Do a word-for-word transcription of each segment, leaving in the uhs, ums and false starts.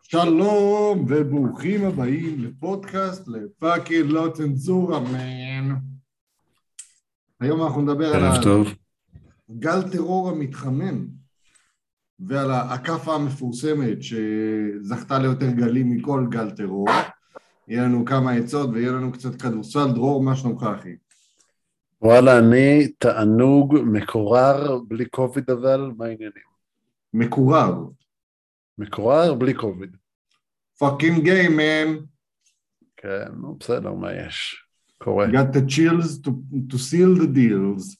שלום וברוכים הבאים לפודקאסט לפאקינג לא צנזורה, מן. היום אנחנו נדבר על הגל טרור המתחמם ועל ההקפה המפורסמת שזכתה ליותר גלים מכל גל טרור. יהיה לנו כמה עצות ויהיה לנו קצת כדורסל. דרור, מה שלומך אחי? וואלה, אני תענוג מקורר בלי קוביד, אבל מה העניינים? מקורר. מקורר בלי קוביד. פאקינג גיי, מן. כן, נו, בסדר, מה יש? קורה. Got the chills to, to seal the deals.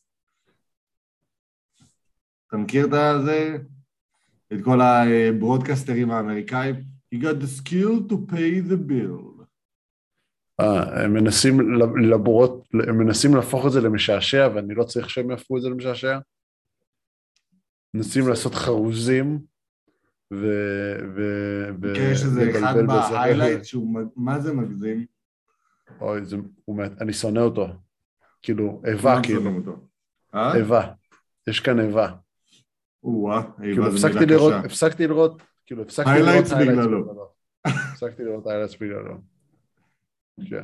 אתה מכיר את זה? את כל הברודקסטרים האמריקאים? You got the skill to pay the bill. אה, הם מנסים לבורות, הם מנסים להפוך את זה למשעשע, ואני לא צריך שהם יהפכו את זה למשעשע. מנסים לעשות חרוזים, ו... ו... ו... כן, יש איזה אחד בהיילייט שהוא, מה זה מגזים? אוי, זה, הוא, אני שונא אותו. כאילו, איבה, כאילו. אה? איבה. יש כאן איבה. וואה, איבה זה מילה קשה. הפסקתי לראות, כאילו, הפסקתי לראות היילייטס בגללו. הפסקתי לראות היילייטס בגללו. כן.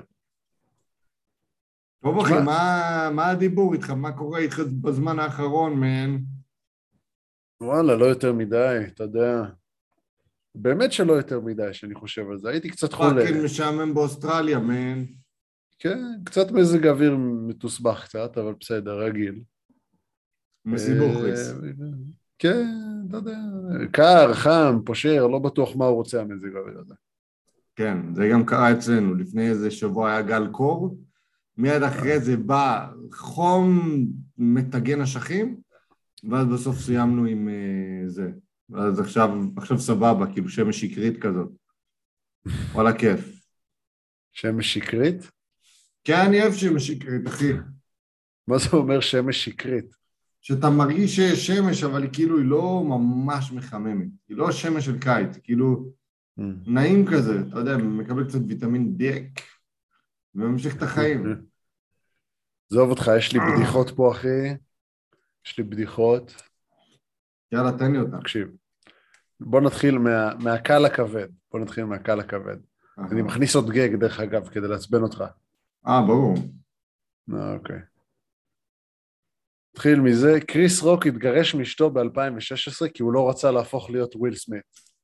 טוב אחי, מה הדיבור איתך? מה קורה איתך בזמן האחרון, מן? וואלה, לא יותר מדי, אתה יודע. באמת שלא יותר מדי, שאני חושב על זה. הייתי קצת חולה. פאקינג משעמם באוסטרליה, מן. כן, קצת מזג אוויר מתוסבך קצת, אבל בסדר, רגיל. מסיבוכריס. כן, אתה יודע. קר, חם, פושר, לא בטוח מה הוא רוצה המזג האוויר הזה. כן, זה גם קרה אצלנו. לפני איזה שבוע היה גל קור, מיד אחרי זה בא חום מתגן אשכים, ואז בסוף סיימנו עם uh, זה. אז עכשיו, עכשיו סבבה, כאילו שמש שקרית כזאת. וואלה כיף. שמש שקרית? כן, אני אוהב שמש שקרית, אחי. מה זה אומר שמש שקרית? שאתה מרגיש שיש שמש, אבל היא כאילו היא לא ממש מחממת. היא לא שמש של קיץ, כאילו mm. נעים כזה, אתה יודע, מקבל קצת ויטמין דק, וממשיך את החיים. זוב אותך, יש לי בדיחות פה, אחי. יש לי בדיחות. יאללה, תן לי אותה. תקשיב. בוא נתחיל מה, מהקל הכבד. בוא נתחיל מהקל הכבד. אני מכניס עוד גג, דרך אגב, כדי לעצבן אותך. אה, ברור. אוקיי. נתחיל מזה, קריס רוק התגרש מאשתו ב-אלפיים ושש עשרה, כי הוא לא רצה להפוך להיות וויל סמית.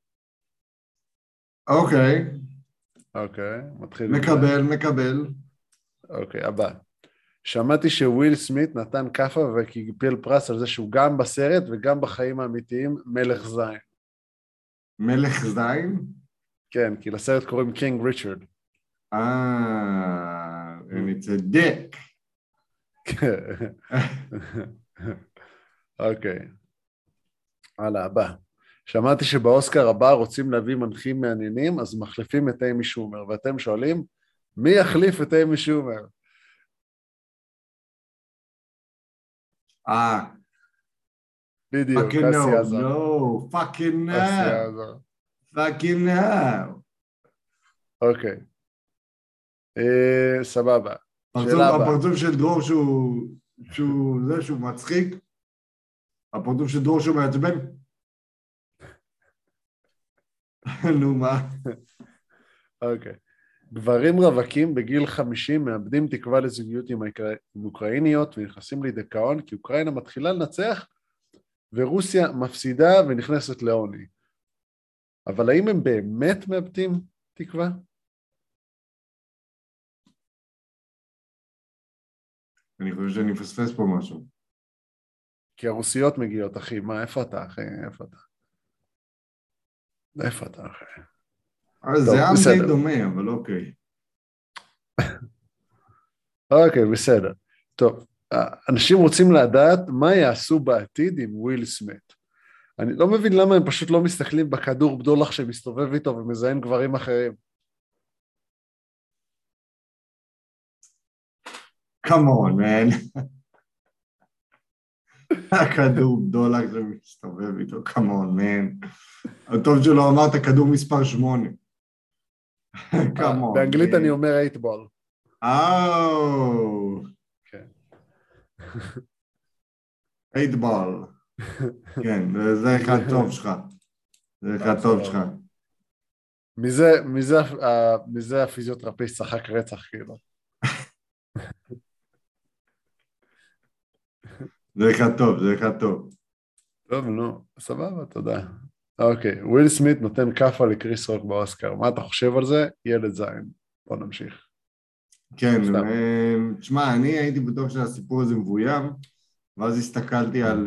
אוקיי. אוקיי, מתחיל. מקבל, מקבל. אוקיי, הבא. שמעתי שוויל סמית נתן כפה וקיבל פרס על זה שהוא גם בסרט וגם בחיים האמיתיים מלך זין. מלך זין? כן, כי לסרט קוראים קינג ריצ'רד. אה, and it's a dick. אוקיי. הלאה, הבא. שמעתי שבאוסקר הבא רוצים להביא מנחים מעניינים, אז מחליפים את אימי שומר, ואתם שואלים, מי יחליף את אימי שומר? אה. בדיוק, קסי עזר. לא, פאקינג נאו. פאקינג נאו. אוקיי. סבבה. הפרצוף של דרור שהוא, שהוא זה, שהוא מצחיק. הפרצוף של דרור שהוא מעצבן. נו מה? אוקיי. גברים רווקים בגיל חמישים מאבדים תקווה לזוגיות עם אוקראיניות ונכנסים לדיכאון כי אוקראינה מתחילה לנצח ורוסיה מפסידה ונכנסת לעוני. אבל האם הם באמת מאבדים תקווה? אני חושב שאני מפספס פה משהו. כי הרוסיות מגיעות, אחי. מה, איפה אתה, אחי? איפה אתה? איפה אתה, אחי? זה עם די דומה, אבל אוקיי. אוקיי, בסדר. טוב, אנשים רוצים לדעת מה יעשו בעתיד עם וויל סמית. אני לא מבין למה הם פשוט לא מסתכלים בכדור בדולח שמסתובב איתו ומזהים גברים אחרים. Come on, man. הכדור בדולח שמסתובב איתו, come on, man. הטוב שלא אמרת כדור מספר שמונה. באנגלית אני אומר eight ball. אוו. כן. eight ball. כן, זה אחד טוב שלך. זה אחד טוב שלך. מזה, מזה, מזה הפיזיותרפיסט צחק רצח, כאילו. זה אחד טוב, זה אחד טוב. טוב, נו, סבבה, תודה. אוקיי, וויל סמית נותן כפה לקריס רוק באוסקר. מה אתה חושב על זה? ילד זין. בוא נמשיך. כן, תשמע, אני הייתי בטוח שהסיפור הזה מבוים, ואז הסתכלתי על,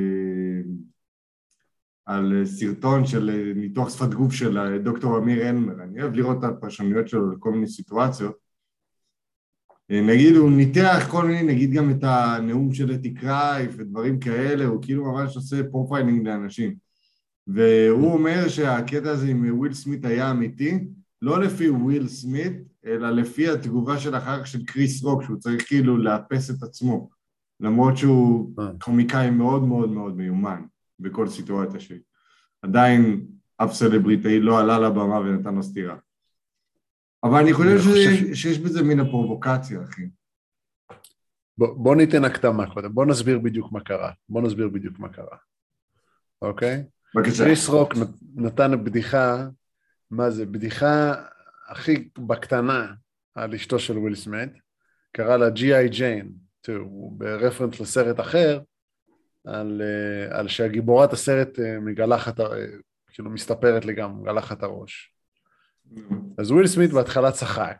על סרטון של ניתוח שפת גוף של דוקטור אמיר אלמר. אני אוהב לראות את הפרשנויות שלו לכל מיני סיטואציות. נגיד, הוא ניתח כל מיני, נגיד גם את הנאום של אתי קרייף ודברים כאלה, הוא כאילו ממש עושה פרופיילינג לאנשים. והוא אומר שהקטע הזה עם וויל סמית היה אמיתי, לא לפי וויל סמית, אלא לפי התגובה של אחר כך של קריס רוק, שהוא צריך כאילו לאפס את עצמו, למרות שהוא קומיקאי מאוד מאוד מאוד מיומן בכל סיטואציה שהיא. עדיין אף סלבריטאי לא עלה לבמה ונתן לו סתירה. אבל אני חושב שזה, שיש בזה מן הפרובוקציה, אחי. בוא, בוא ניתן הקדמה קודם, בוא נסביר בדיוק מה קרה, בוא נסביר בדיוק מה קרה, אוקיי? בבקשה. קריס רוק נתן בדיחה, מה זה, בדיחה הכי בקטנה על אשתו של וויל סמית, קרא לה ג'י איי ג'יין, הוא ברפרנס לסרט אחר, על, על שהגיבורת הסרט מגלחת, כאילו מסתפרת לגמרי, מגלחת הראש. אז וויל סמית בהתחלה צחק,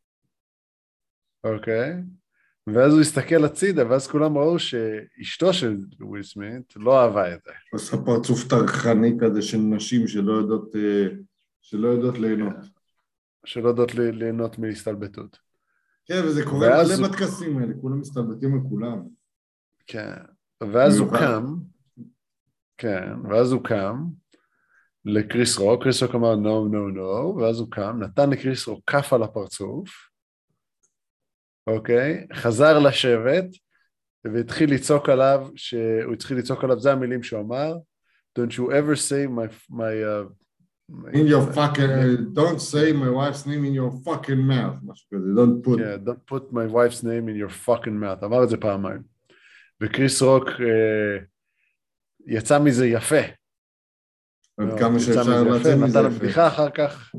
אוקיי? ואז הוא הסתכל הצידה, ואז כולם ראו שאשתו של וויל סמית לא אהבה את זה. עושה פרצוף טרחני כזה של נשים שלא יודעות, שלא יודעות ליהנות. שלא יודעות ליהנות מהסתלבטות. כן, וזה קורה מלא בטקסים האלה, כולם מסתלבטים מכולם. כן, ואז הוא קם, כן, ואז הוא קם, לקריס רוק, קריס רוק אמר no, no, no, ואז הוא קם, נתן לקריס רוק כף על הפרצוף, אוקיי, חזר לשבת, והתחיל לצעוק עליו, שהוא התחיל לצעוק עליו, זה המילים שהוא אמר, don't you ever say my, my, uh, my in your fucking, don't say my wife's name in your fucking mouth, משהו כזה, don't put, yeah, don't put my wife's name in your fucking mouth, אמר את זה פעמיים, וקריס רוק uh, יצא מזה יפה, עד כמה שאפשר לצאת מזה. נתן לבדיחה אחר כך,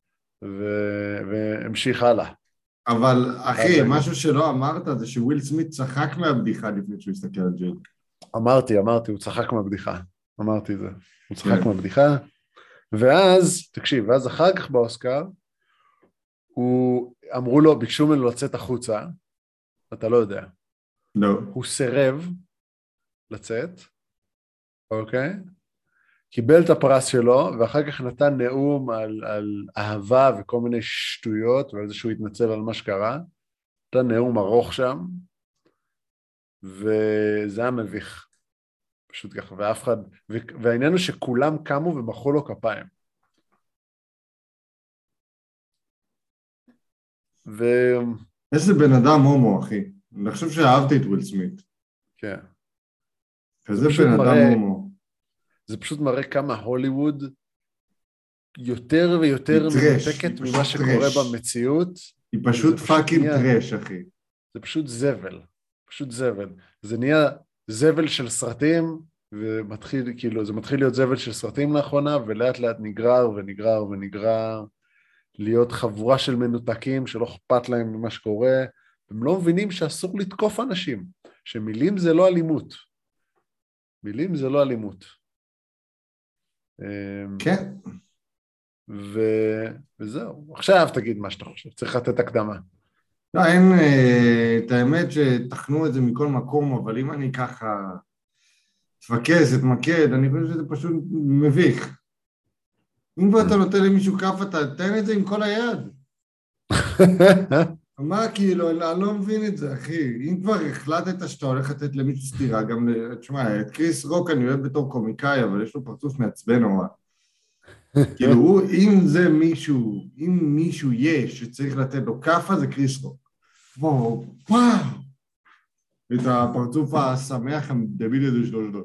והמשיך הלאה. אבל אחי, משהו שלא אמרת זה שוויל סמית צחק מהבדיחה לפני שהוא הסתכל על ג'ייד. אמרתי, אמרתי, הוא צחק מהבדיחה. אמרתי זה. הוא צחק מהבדיחה. ואז, תקשיב, ואז אחר כך באוסקר, הוא, אמרו לו, ביקשו ממנו לצאת החוצה, אתה לא יודע. לא. הוא סירב לצאת, אוקיי? קיבל את הפרס שלו, ואחר כך נתן נאום על, על אהבה וכל מיני שטויות, ועל זה שהוא התנצל על מה שקרה. נתן נאום ארוך שם, וזה היה מביך. פשוט ככה, ואף אחד, והעניין הוא שכולם קמו ומחאו לו כפיים. ו... איזה בן אדם הומו, אחי. אני חושב שאהבתי את וויל סמית. כן. כזה בן אדם מראה... הומו. זה פשוט מראה כמה הוליווד יותר ויותר מנותקת ממה שקורה במציאות. היא פשוט פאקינג טרש, אחי. זה פשוט זבל, פשוט זבל. זה נהיה זבל של סרטים, ומתחיל, כאילו, זה מתחיל להיות זבל של סרטים לאחרונה, ולאט לאט נגרר ונגרר ונגרר, להיות חבורה של מנותקים שלא אכפת להם ממה שקורה, הם לא מבינים שאסור לתקוף אנשים, שמילים זה לא אלימות. מילים זה לא אלימות. כן. ו... וזהו. עכשיו תגיד מה שאתה חושב, צריך לתת הקדמה. לא, אין, את האמת שתכנו את זה מכל מקום, אבל אם אני ככה תפקס, אתמקד, אני חושב שזה פשוט מביך. אם כבר אתה נותן למישהו כף, אתה תן את זה עם כל היד. מה כאילו, אני לא מבין את זה, אחי. אם כבר החלטת שאתה הולך לתת למישהו סתירה, גם, תשמע, את קריס רוק אני אוהב בתור קומיקאי, אבל יש לו פרצוף מעצבן נורא. כאילו, הוא, אם זה מישהו, אם מישהו יש שצריך לתת לו כפה, זה קריס רוק. וואו, וואו. את הפרצוף השמח הדביל הזה שלו שלו.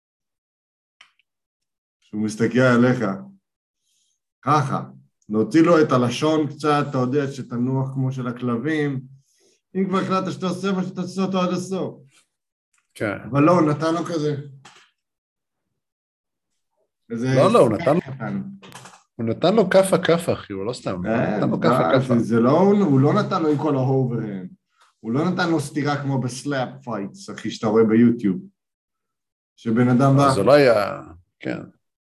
שהוא מסתכל עליך. ככה. נוציא לו את הלשון קצת, אתה יודע שתנוח כמו של הכלבים, אם כבר החלטת שאתה עושה מה שאתה עושה אותו עד הסוף. כן. אבל לא, הוא נתן לו כזה. לא, לא, הוא נתן לו. הוא נתן לו כפה כפה, אחי, הוא לא סתם. הוא נתן לו כפה כפה. הוא לא נתן לו עם כל ההוברהנד. הוא לא נתן לו סתירה כמו בסלאפ פייטס, אחי, שאתה רואה ביוטיוב. שבן אדם בא... זה לא היה... כן.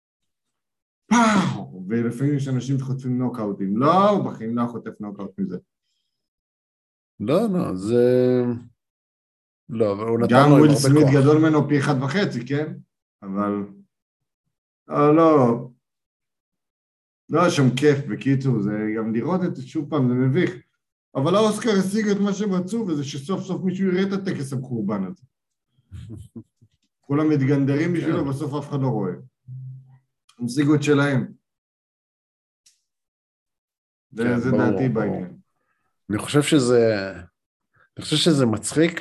פאו! ולפעמים יש אנשים שחוטפים נוקאוטים. לא, הוא בחיים לא חוטף נוקאוט מזה. לא, לא, זה... לא, הוא נתן גם לו עם וויל הרבה סמית כוח. גדול ממנו פי אחד וחצי, כן? אבל... לא, לא. לא, שם כיף, בקיצור, זה גם לראות את זה שוב פעם, זה מביך. אבל האוסקר השיג את מה שהם רצו, וזה שסוף סוף מישהו יראה את הטקס המחורבן הזה. כולם מתגנדרים בשבילו, בסוף אף אחד לא רואה. הם השיגו את שלהם. זה דעתי בעניין. אני חושב שזה... אני חושב שזה מצחיק,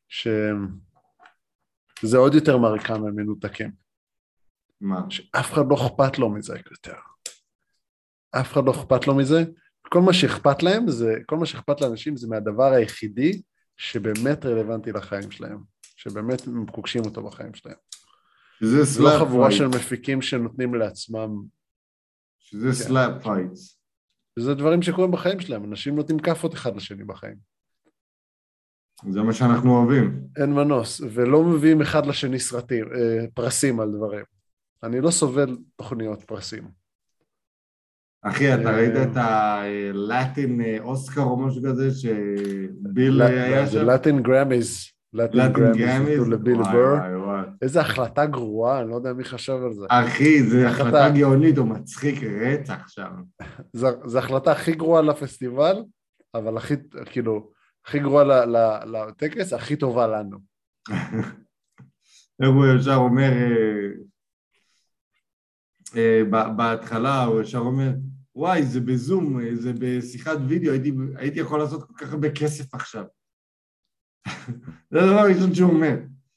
שזה עוד יותר מראה כמה הם מנותקים. מה? שאף אחד לא אכפת לו מזה יותר. אף אחד לא אכפת לו מזה. כל מה שאכפת להם זה, כל מה שאכפת לאנשים זה מהדבר היחידי שבאמת רלוונטי לחיים שלהם. שבאמת הם פוגשים אותו בחיים שלהם. שזה זה לא חבורה של מפיקים שנותנים לעצמם. שזה סלאפ פייטס. וזה דברים שקורים בחיים שלהם. אנשים נותנים כפות אחד לשני בחיים. זה מה שאנחנו אוהבים. אין מנוס, ולא מביאים אחד לשני סרטים, פרסים על דברים. אני לא סובל תוכניות פרסים. אחי, אתה ראית את הלטין אוסקר או משהו כזה שביל היה שם? זה לטין גרמיז. לטין גרמיז לביל בר. איזה החלטה גרועה, אני לא יודע מי חשב על זה. אחי, זו החלטה גאונית, הוא מצחיק רצח שם. זו החלטה הכי גרועה לפסטיבל, אבל הכי, כאילו, הכי גרועה לטקס, הכי טובה לנו. הוא ישר אומר, בהתחלה הוא ישר אומר, וואי, זה בזום, זה בשיחת וידאו, הייתי יכול לעשות כל כך הרבה כסף עכשיו. זה הדבר הראשון שהוא אומר.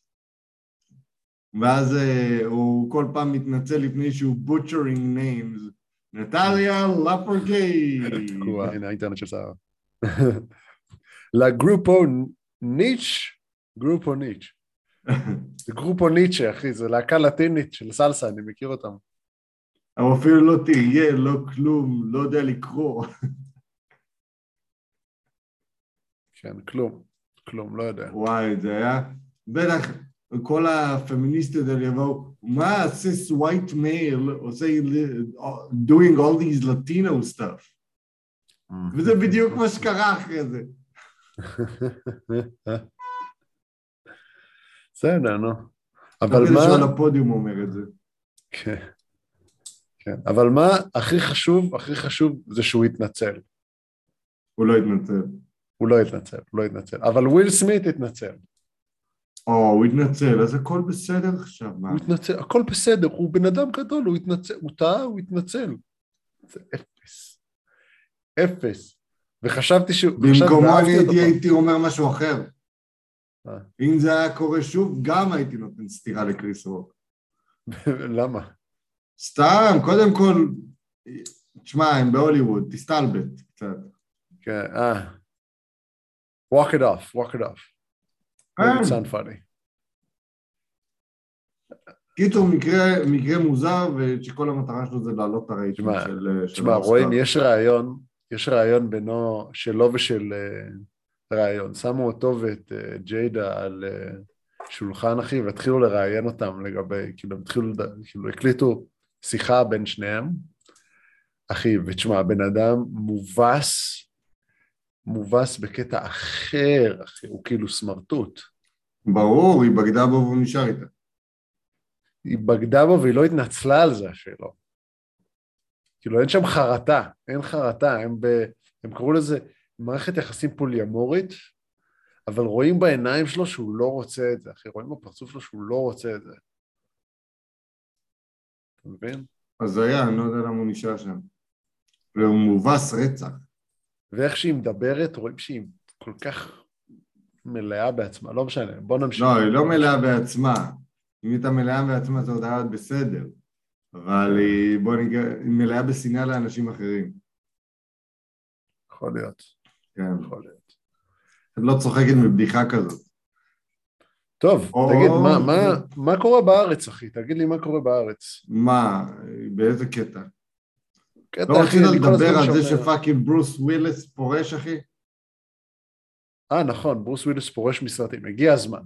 ואז הוא כל פעם מתנצל לפני שהוא butchering names. נטליה לפרגי. הנה האינטרנט של סער. לגרופו ניץ', גרופו ניץ'. זה גרופו ניץ', אחי, זה להקה לטינית של סלסה, אני מכיר אותם. אבל אפילו לא תראה, לא כלום, לא יודע לקרוא. כן, כלום, כלום, לא יודע. וואי, זה היה, בטח, כל הפמיניסטיות האלה יבואו, מה cis white male עושה, doing all these Latino stuff. וזה בדיוק מה שקרה אחרי זה. בסדר, נו. אבל אבל מה... שעל הפודיום אומר את זה. כן. כן. אבל מה הכי חשוב, הכי חשוב זה שהוא יתנצל. הוא לא יתנצל. הוא לא יתנצל, הוא לא יתנצל. אבל וויל סמית יתנצל. או, הוא יתנצל, אז הכל בסדר עכשיו, מה? הוא יתנצל, הכל בסדר, הוא בן אדם גדול, הוא יתנצל, הוא טעה, הוא יתנצל. זה אפס. אפס. וחשבתי ש... במקומו אני הייתי, הייתי אומר משהו אחר. אם זה היה קורה שוב, גם הייתי נותן סתירה לקריס רוק. למה? סתם, קודם כל, תשמע, הם בהוליווד, תסתלבט קצת. כן, אה. walk it off, walk it off. It sound funny. קיצור, מקרה מוזר, ושכל המטרה שלו זה לעלות את הרייטינג של האוסקר. תשמע, רואים, יש רעיון, יש רעיון בינו, שלו ושל רעיון. שמו אותו ואת ג'יידה על שולחן, אחי, והתחילו לראיין אותם לגבי, כאילו, התחילו, כאילו, הקליטו שיחה בין שניהם, אחי, ותשמע, בן אדם מובס, מובס בקטע אחר, אחי, הוא כאילו סמרטוט. ברור, היא בגדה בו והוא נשאר איתה. היא בגדה בו והיא לא התנצלה על זה אפילו. כאילו, אין שם חרטה, אין חרטה, הם, ב, הם קראו לזה מערכת יחסים פוליאמורית, אבל רואים בעיניים שלו שהוא לא רוצה את זה, אחי, רואים בפרצוף שלו שהוא לא רוצה את זה. אתה מבין? אז זה היה, אני לא יודע למה הוא נשאר שם. והוא מובס רצח. ואיך שהיא מדברת, רואים שהיא כל כך מלאה בעצמה, לא משנה, בוא נמשיך. לא, היא לא מלאה בעצמה. אם הייתה מלאה בעצמה, זה עוד היה בסדר. אבל היא, בוא ניגע, היא מלאה בשנאה לאנשים אחרים. יכול להיות. כן. יכול להיות. את לא צוחקת מבדיחה כזאת. טוב, או... תגיד, מה, מה, מה קורה בארץ, אחי? תגיד לי מה קורה בארץ. מה? באיזה קטע? לא רצית לדבר על זה שפאקינג ברוס וויליס פורש, אחי? אה, נכון, ברוס וויליס פורש מסרטים, הגיע הזמן.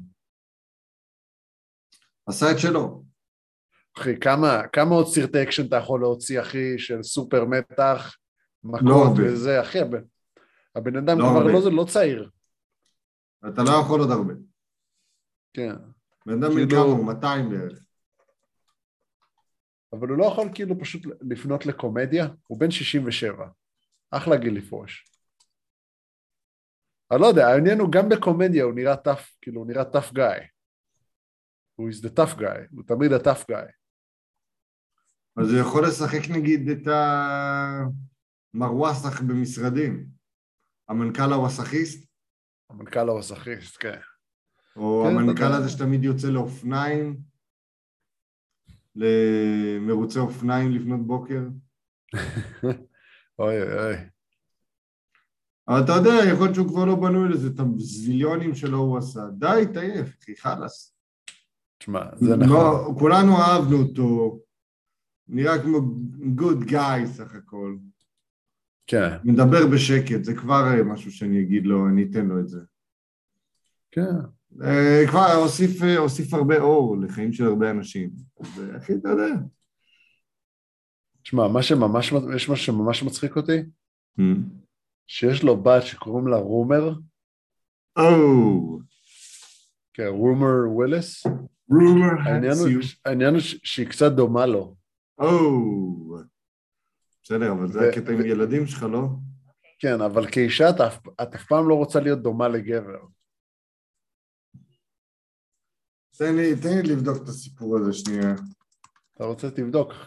עשה את שלו. אחי, כמה, כמה עוד סרטי אקשן אתה יכול להוציא, אחי, של סופר מתח, מכות לא וזה, אחי, הבן, הבן אדם לא כבר הרבה. לא, לא צעיר. אתה לא יכול עוד הרבה. כן. בן אדם כאילו... מין כמה הוא, מאתיים בערך. אבל הוא לא יכול כאילו פשוט לפנות לקומדיה, הוא בן שישים ושבע. אחלה גיל לפרוש. אני לא יודע, העניין הוא גם בקומדיה, הוא נראה tough, כאילו הוא נראה tough guy. הוא is the tough guy, הוא תמיד ה-tough guy. אז הוא יכול לשחק נגיד את המרווסח במשרדים. המנכ"ל הווסחיסט. המנכ"ל הווסחיסט, כן. או כן, המנכ"ל אתה... הזה שתמיד יוצא לאופניים, למרוצי אופניים לפנות בוקר. אוי אוי. אבל אתה יודע, יכול להיות שהוא כבר לא בנוי לזה, את הזיליונים שלו הוא עשה. די, תעייף, כי חלס. תשמע, זה נכון. לא, כולנו אהבנו אותו, נראה כמו good guy סך הכל. כן. מדבר בשקט, זה כבר משהו שאני אגיד לו, אני אתן לו את זה. כן. כבר הוסיף, הוסיף הרבה אור לחיים של הרבה אנשים. אז אחי, אתה יודע. תשמע, מה שממש, יש משהו שממש מצחיק אותי, Hmm. שיש לו בת שקוראים לה רומר. או. כן, רומר וויליס. רומר העניין, העניין הוא שהיא קצת דומה לו. או. בסדר, אבל זה הקטע עם ילדים שלך, לא? כן, אבל כאישה את אף פעם לא רוצה להיות דומה לגבר. תן לי, תן לי לבדוק את הסיפור הזה שנייה. אתה רוצה תבדוק, אחי.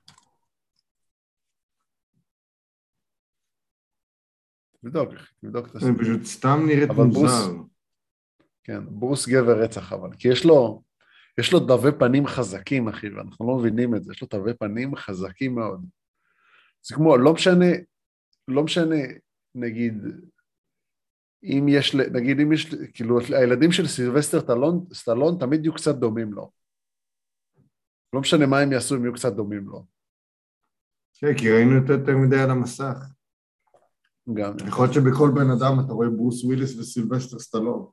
תבדוק, אחי, תבדוק את הסיפור. אני פשוט סתם נראית מוזר. כן, ברוס גבר רצח, אבל, כי יש לו, יש לו תווי פנים חזקים, אחי, ואנחנו לא מבינים את זה, יש לו תווי פנים חזקים מאוד. זה כמו, לא משנה, לא משנה, נגיד, אם יש, נגיד, אם יש, כאילו, הילדים של סילבסטר סטלון, סטלון תמיד יהיו קצת דומים לו. לא משנה מה הם יעשו, הם יהיו קצת דומים לו. כן, כי ראינו יותר מדי על המסך. גם. יכול להיות שבכל בן אדם אתה רואה ברוס וויליס וסילבסטר סטלון.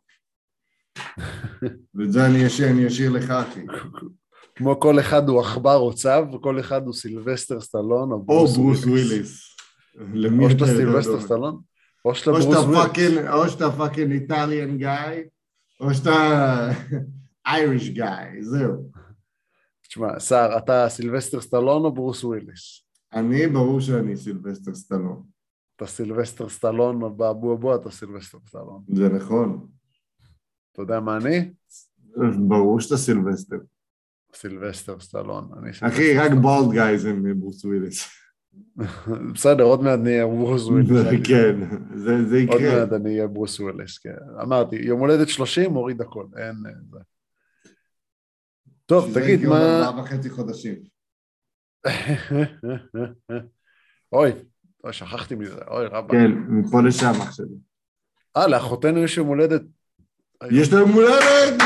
ואת זה אני אשאיר, אני אשאיר לך, אחי. כמו כל אחד הוא עכבר או צב, וכל אחד הוא סילבסטר סטלון, או ברוס, או ברוס וויליס. וויליס. או שאתה סילבסטר סטלון, או שאתה ברוס וויליס. או שאתה פאקינג איטליאן גאי, או שאתה אייריש גאי, זהו. תשמע, שר, אתה סילבסטר סטלון או ברוס וויליס? אני, ברור שאני סילבסטר סטלון. אתה סילבסטר סטלון, באבו אבו אתה סילבסטר סטלון. זה נכון. אתה יודע מה אני? ברור שאתה סילבסטר. סילבסטר סטלון. אחי, רק בולד גאי זה מברוס וויליס. בסדר, עוד מעט נהיה ברוס וויליס. כן, זה יקרה. עוד מעט אני אהיה ברוס וויליס, כן. אמרתי, יום הולדת שלושים, מוריד הכל, אין... טוב, תגיד, מה... שזה ארבעה וחצי חודשים. אוי, שכחתי מזה, אוי רבה. כן, מפה לשם עכשיו. אה, לאחותנו יש יום הולדת. יש לה יום הולדת,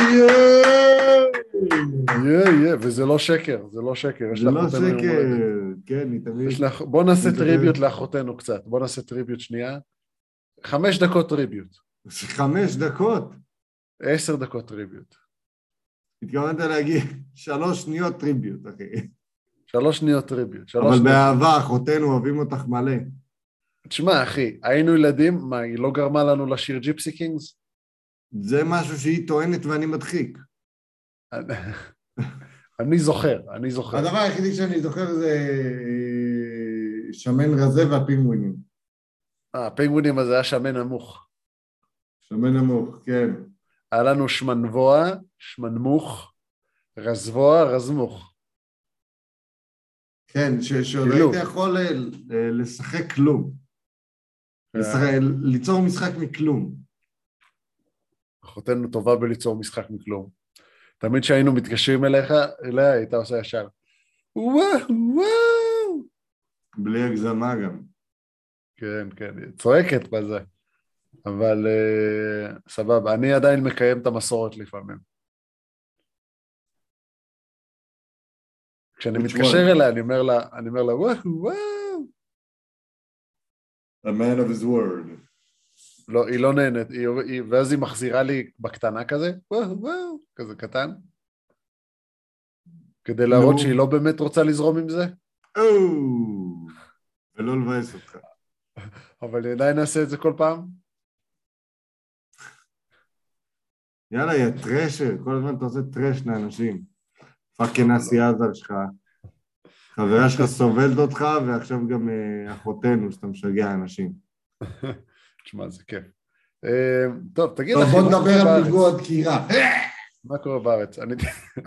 יהיה, יהיה, וזה לא שקר, זה לא שקר. זה לא שקר, כן, היא תמיד... בוא נעשה טריביוט לאחותנו קצת, בוא נעשה טריביוט שנייה. חמש דקות טריביוט. חמש דקות? עשר דקות טריביוט. התכוונת להגיד שלוש שניות טריביוט, אחי. שלוש שניות טריביוט. אבל באהבה, אחותנו אוהבים אותך מלא. תשמע, אחי, היינו ילדים, מה, היא לא גרמה לנו לשיר ג'יפסי קינגס? זה משהו שהיא טוענת ואני מדחיק. אני זוכר, אני זוכר. הדבר היחידי שאני זוכר זה שמן רזה והפינגווינים. אה, הפינגווינים הזה היה שמן נמוך. שמן נמוך, כן. היה לנו שמנבוע, שמנמוך, רזבוע, רזמוך. כן, שעוד היית יכול לשחק כלום. ליצור משחק מכלום. אחותנו טובה בליצור משחק מכלום. תמיד שהיינו מתקשרים אליך, אליה הייתה עושה ישר. וואו, וואו. בלי הגזמה גם. כן, כן, היא צועקת בזה. אבל uh, סבבה, אני עדיין מקיים את המסורת לפעמים. כשאני מתקשר אליה, אני אומר לה, אני אומר לה, וואו, וואו. A man of his word. לא, היא לא נהנית, היא, היא, ואז היא מחזירה לי בקטנה כזה, וואו, וואו, כזה קטן, כדי להראות שהיא לא באמת רוצה לזרום עם זה. או, ולא לבאס אותך. אבל עדיין נעשה את זה כל פעם. יאללה, יא טרשר, כל הזמן אתה עושה טרש לאנשים. פאקינג נאסי עזר שלך. חברה שלך סובלת אותך, ועכשיו גם אחותנו שאתה משגע אנשים. תשמע, זה כיף. טוב, תגיד אחי, בוא נדבר על פיגוע דקירה. מה קורה בארץ? אני...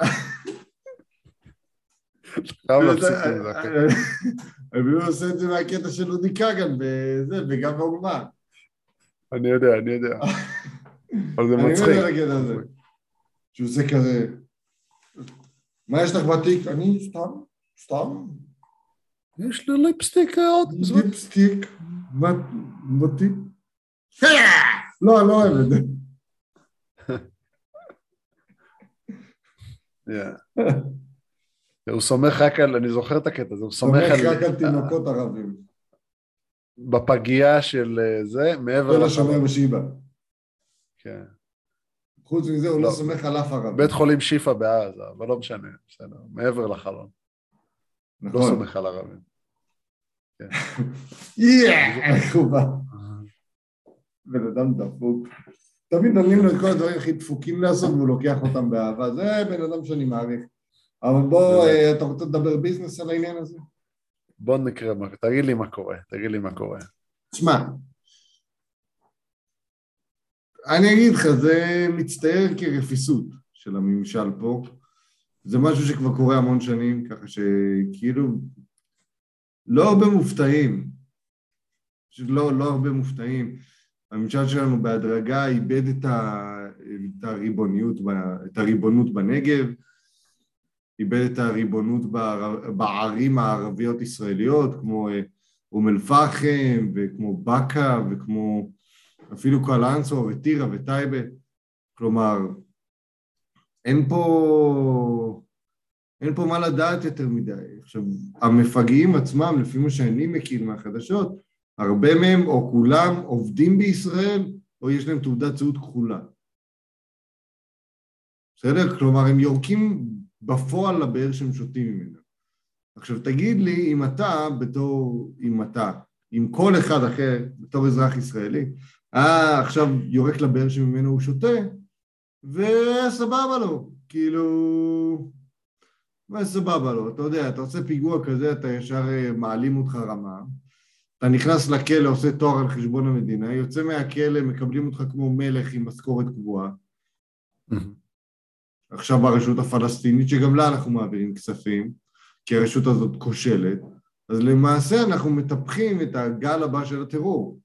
חייב להפסיק עם זה, אחי. אני עושה את זה מהקטע של אודי כגן, וגם באומה. אני יודע, אני יודע. אבל זה מצחיק. אני יודע לקטע הזה. שהוא עושה כזה... מה יש לך בתיק? אני סתם, סתם. יש לי ליפסטיק עוד. ליפסטיק? בתיק? לא, אני לא אוהב את זה. הוא סומך רק על, אני זוכר את הקטע הזה, הוא סומך על... סומך רק על תינוקות ערבים. בפגיעה של זה, מעבר... כל השומר בשיבה. כן. חוץ מזה הוא לא סומך על אף ערבי. בית חולים שיפה בעזה, אבל לא משנה, בסדר, מעבר לחלון. לא סומך על ערבים. יאה, איך הוא בא. בן אדם דפוק. תמיד נותנים לו את כל הדברים הכי דפוקים לעשות, והוא לוקח אותם באהבה. זה בן אדם שאני מעריך. אבל בוא, אתה רוצה לדבר ביזנס על העניין הזה? בוא נקרא, תגיד לי מה קורה, תגיד לי מה קורה. תשמע, אני אגיד לך, זה מצטייר כרפיסות של הממשל פה. זה משהו שכבר קורה המון שנים, ככה שכאילו לא הרבה מופתעים. לא, לא הרבה מופתעים. הממשל שלנו בהדרגה איבד את, ה, את הריבוניות, את הריבונות בנגב, איבד את הריבונות בערים הערביות ישראליות, כמו אום אל-פחם, וכמו בקה, וכמו אפילו קלנסווה, וטירה, וטייבה. כלומר, אין פה, אין פה מה לדעת יותר מדי. עכשיו, המפגעים עצמם, לפי מה שאני מכיר מהחדשות, הרבה מהם או כולם עובדים בישראל, או יש להם תעודת זהות כחולה. בסדר? כלומר, הם יורקים בפועל לבאר שהם שותים ממנו. עכשיו, תגיד לי, אם אתה, בתור, אם אתה, עם כל אחד אחר, בתור אזרח ישראלי, אה, עכשיו יורק לבאר שממנו הוא שותה, וסבבה לו, כאילו, וסבבה לו, אתה יודע, אתה עושה פיגוע כזה, אתה ישר מעלים אותך רמה, אתה נכנס לכלא, עושה תואר על חשבון המדינה, יוצא מהכלא, מקבלים אותך כמו מלך עם משכורת קבועה, עכשיו ברשות הפלסטינית, שגם לה אנחנו מעבירים כספים, כי הרשות הזאת כושלת, אז למעשה אנחנו מטפחים את הגל הבא של הטרור.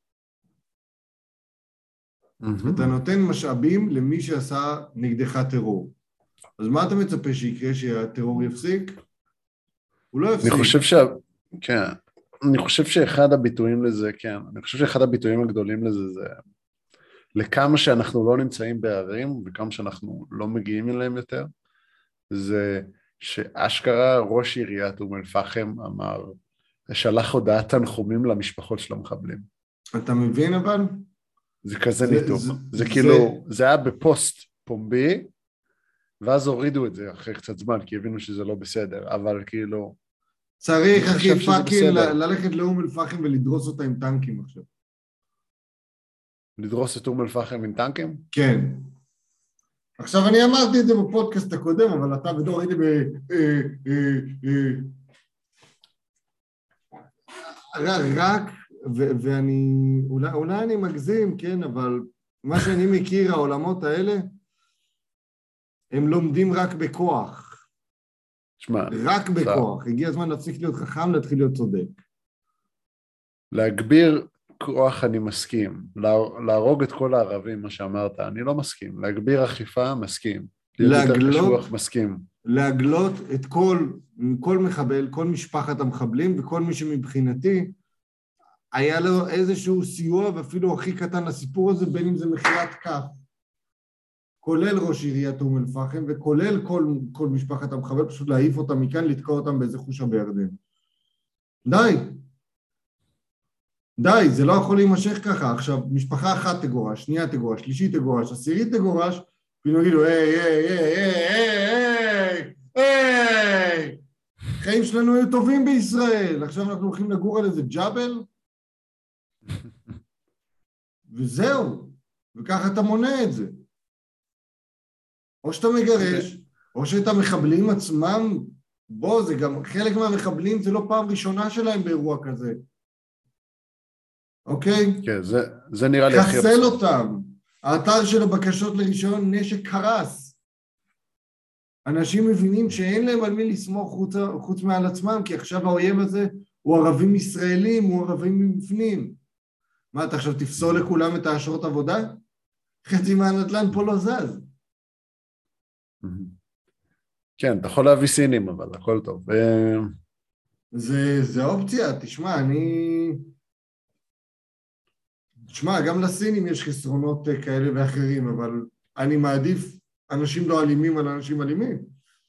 אתה נותן משאבים למי שעשה נגדך טרור. אז מה אתה מצפה שיקרה שהטרור יפסיק? הוא לא יפסיק. אני חושב ש... כן. אני חושב שאחד הביטויים לזה, כן, אני חושב שאחד הביטויים הגדולים לזה זה לכמה שאנחנו לא נמצאים בערים וכמה שאנחנו לא מגיעים אליהם יותר, זה שאשכרה ראש עיריית אום אל-פחם אמר, שלח הודעת תנחומים למשפחות של המחבלים. אתה מבין אבל? זה כזה ניתוק. זה, זה, זה כאילו, זה היה בפוסט פומבי, ואז הורידו את זה אחרי קצת זמן, כי הבינו שזה לא בסדר, אבל כאילו... צריך, אחי, פאקינג, ללכת לאום אל-פחם ולדרוס אותה עם טנקים עכשיו. לדרוס את אום אל-פחם עם טנקים? כן. עכשיו, אני אמרתי את זה בפודקאסט הקודם, אבל אתה בדור הייתי ב... רק, ואני... אולי אני מגזים, כן, אבל מה שאני מכיר, העולמות האלה, הם לומדים רק בכוח. שמה, רק בכוח. הגיע הזמן להפסיק להיות חכם, להתחיל להיות צודק. להגביר כוח אני מסכים. להרוג את כל הערבים, מה שאמרת, אני לא מסכים. להגביר אכיפה, מסכים. להגלות, מסכים. להגלות את כל, כל מחבל, כל משפחת המחבלים, וכל מי שמבחינתי, היה לו איזשהו סיוע, ואפילו הכי קטן לסיפור הזה, בין אם זה מחירת כף. כולל ראש עיריית אום אל-פחם, וכולל כל, כל משפחת המחבל, פשוט להעיף אותם מכאן, לתקוע אותם באיזה חושה בירדן. די. די, זה לא יכול להימשך ככה. עכשיו, משפחה אחת תגורש, שנייה תגורש, שלישית תגורש, עשירית תגורש, פתאום יגידו, היי, היי, היי, היי, היי, היי, חיים שלנו היו טובים בישראל, עכשיו אנחנו הולכים לגור על איזה ג'אבל, וזהו, וככה אתה מונע את זה. או שאתה מגרש, או שאת המחבלים עצמם, בוא, זה גם, חלק מהמחבלים זה לא פעם ראשונה שלהם באירוע כזה. אוקיי? כן, זה, זה נראה לי הכי... חסל אותם. האתר של הבקשות לרישיון נשק קרס. אנשים מבינים שאין להם על מי לסמוך חוץ, חוץ מעל עצמם, כי עכשיו האויב הזה הוא ערבים ישראלים, הוא ערבים מבפנים. מה, אתה עכשיו תפסול לכולם את האשרות עבודה? חצי מהנדל"ן פה לא זז. כן, אתה יכול להביא סינים, אבל הכל טוב. זה, זה אופציה, תשמע, אני... תשמע, גם לסינים יש חסרונות כאלה ואחרים, אבל אני מעדיף אנשים לא אלימים על אנשים אלימים.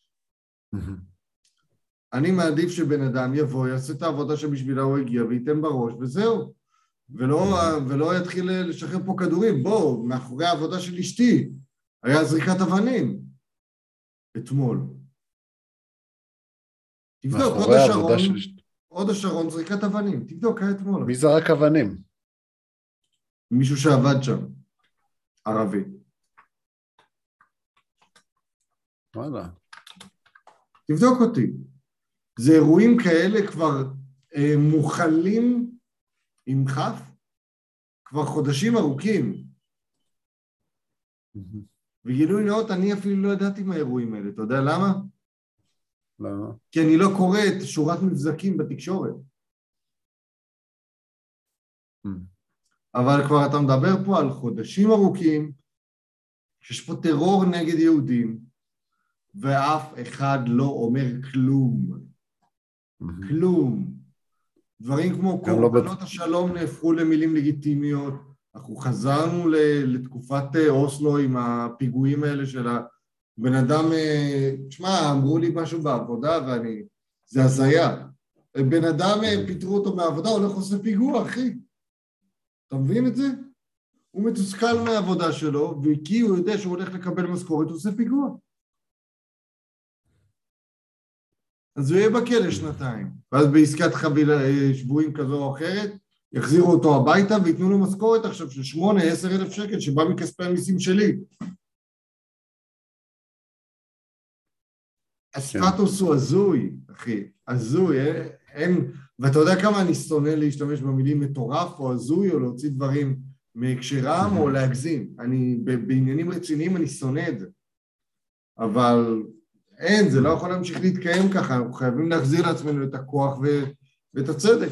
אני מעדיף שבן אדם יבוא, יעשה את העבודה שבשבילה הוא הגיע, וייתן בראש, וזהו. ולא, ולא יתחיל לשחרר פה כדורים. בוא, מאחורי העבודה של אשתי, היה זריקת אבנים. אתמול. תבדוק, עוד השרון, של... עוד השרון זריקת אבנים. תבדוק, היה אתמול. מי זרק אבנים? מישהו שעבד שם. ערבי. וואלה. תבדוק אותי. זה אירועים כאלה כבר אה, מוכלים עם חף, כבר חודשים ארוכים. וגילוי נאות, אני אפילו לא ידעתי מהאירועים האלה. אתה יודע למה? למה? כי אני לא קורא את שורת מבזקים בתקשורת. אבל כבר אתה מדבר פה על חודשים ארוכים, שיש פה טרור נגד יהודים, ואף אחד לא אומר כלום. כלום. דברים כמו קורבנות השלום נהפכו למילים לגיטימיות, אנחנו חזרנו לתקופת אוסלו עם הפיגועים האלה של הבן אדם, תשמע, אמרו לי משהו בעבודה ואני, זה הזיה. בן אדם פיתרו אותו מהעבודה, הולך עושה פיגוע, אחי. אתה מבין את זה? הוא מתוסכל מהעבודה שלו, וכי הוא יודע שהוא הולך לקבל משכורת, הוא עושה פיגוע. אז הוא יהיה בכלא שנתיים, ואז בעסקת חבילה שבועים כזו או אחרת, יחזירו אותו הביתה ויתנו לו משכורת עכשיו של שמונה, עשר אלף שקל שבא מכספי המיסים שלי. הסטטוס הוא הזוי, אחי, הזוי, אין, ואתה יודע כמה אני שונא להשתמש במילים מטורף או הזוי או להוציא דברים מהקשרם או להגזים. אני, בעניינים רציניים אני שונא את זה. אבל אין, זה לא יכול להמשיך להתקיים ככה, אנחנו חייבים להחזיר לעצמנו את הכוח ואת הצדק.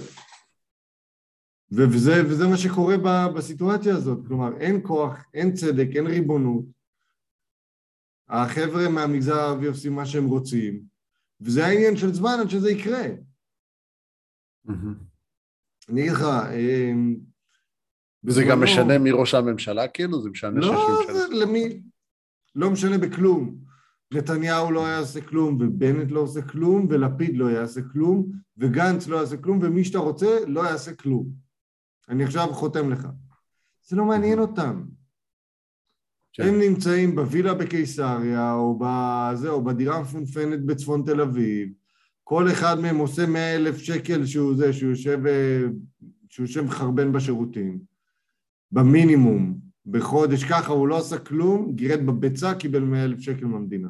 וזה, וזה מה שקורה בסיטואציה הזאת, כלומר, אין כוח, אין צדק, אין ריבונות. החבר'ה מהמגזר הערבי עושים מה שהם רוצים, וזה העניין של זמן עד שזה יקרה. אני אגיד לך, וזה גם משנה מראש הממשלה, כאילו? זה משנה לא, זה למי, לא משנה בכלום. נתניהו לא יעשה כלום, ובנט לא עושה כלום, ולפיד לא יעשה כלום, וגנץ לא יעשה כלום, ומי שאתה רוצה לא יעשה כלום. אני עכשיו חותם לך. זה לא מעניין אותם. הם נמצאים בווילה בקיסריה, או בזה, או בדירה המפונפנת בצפון תל אביב. כל אחד מהם עושה מאה אלף שקל שהוא זה, שהוא יושב, שהוא יושב חרבן בשירותים. במינימום, בחודש ככה, הוא לא עשה כלום, גירד בביצה, קיבל מאה אלף שקל מהמדינה.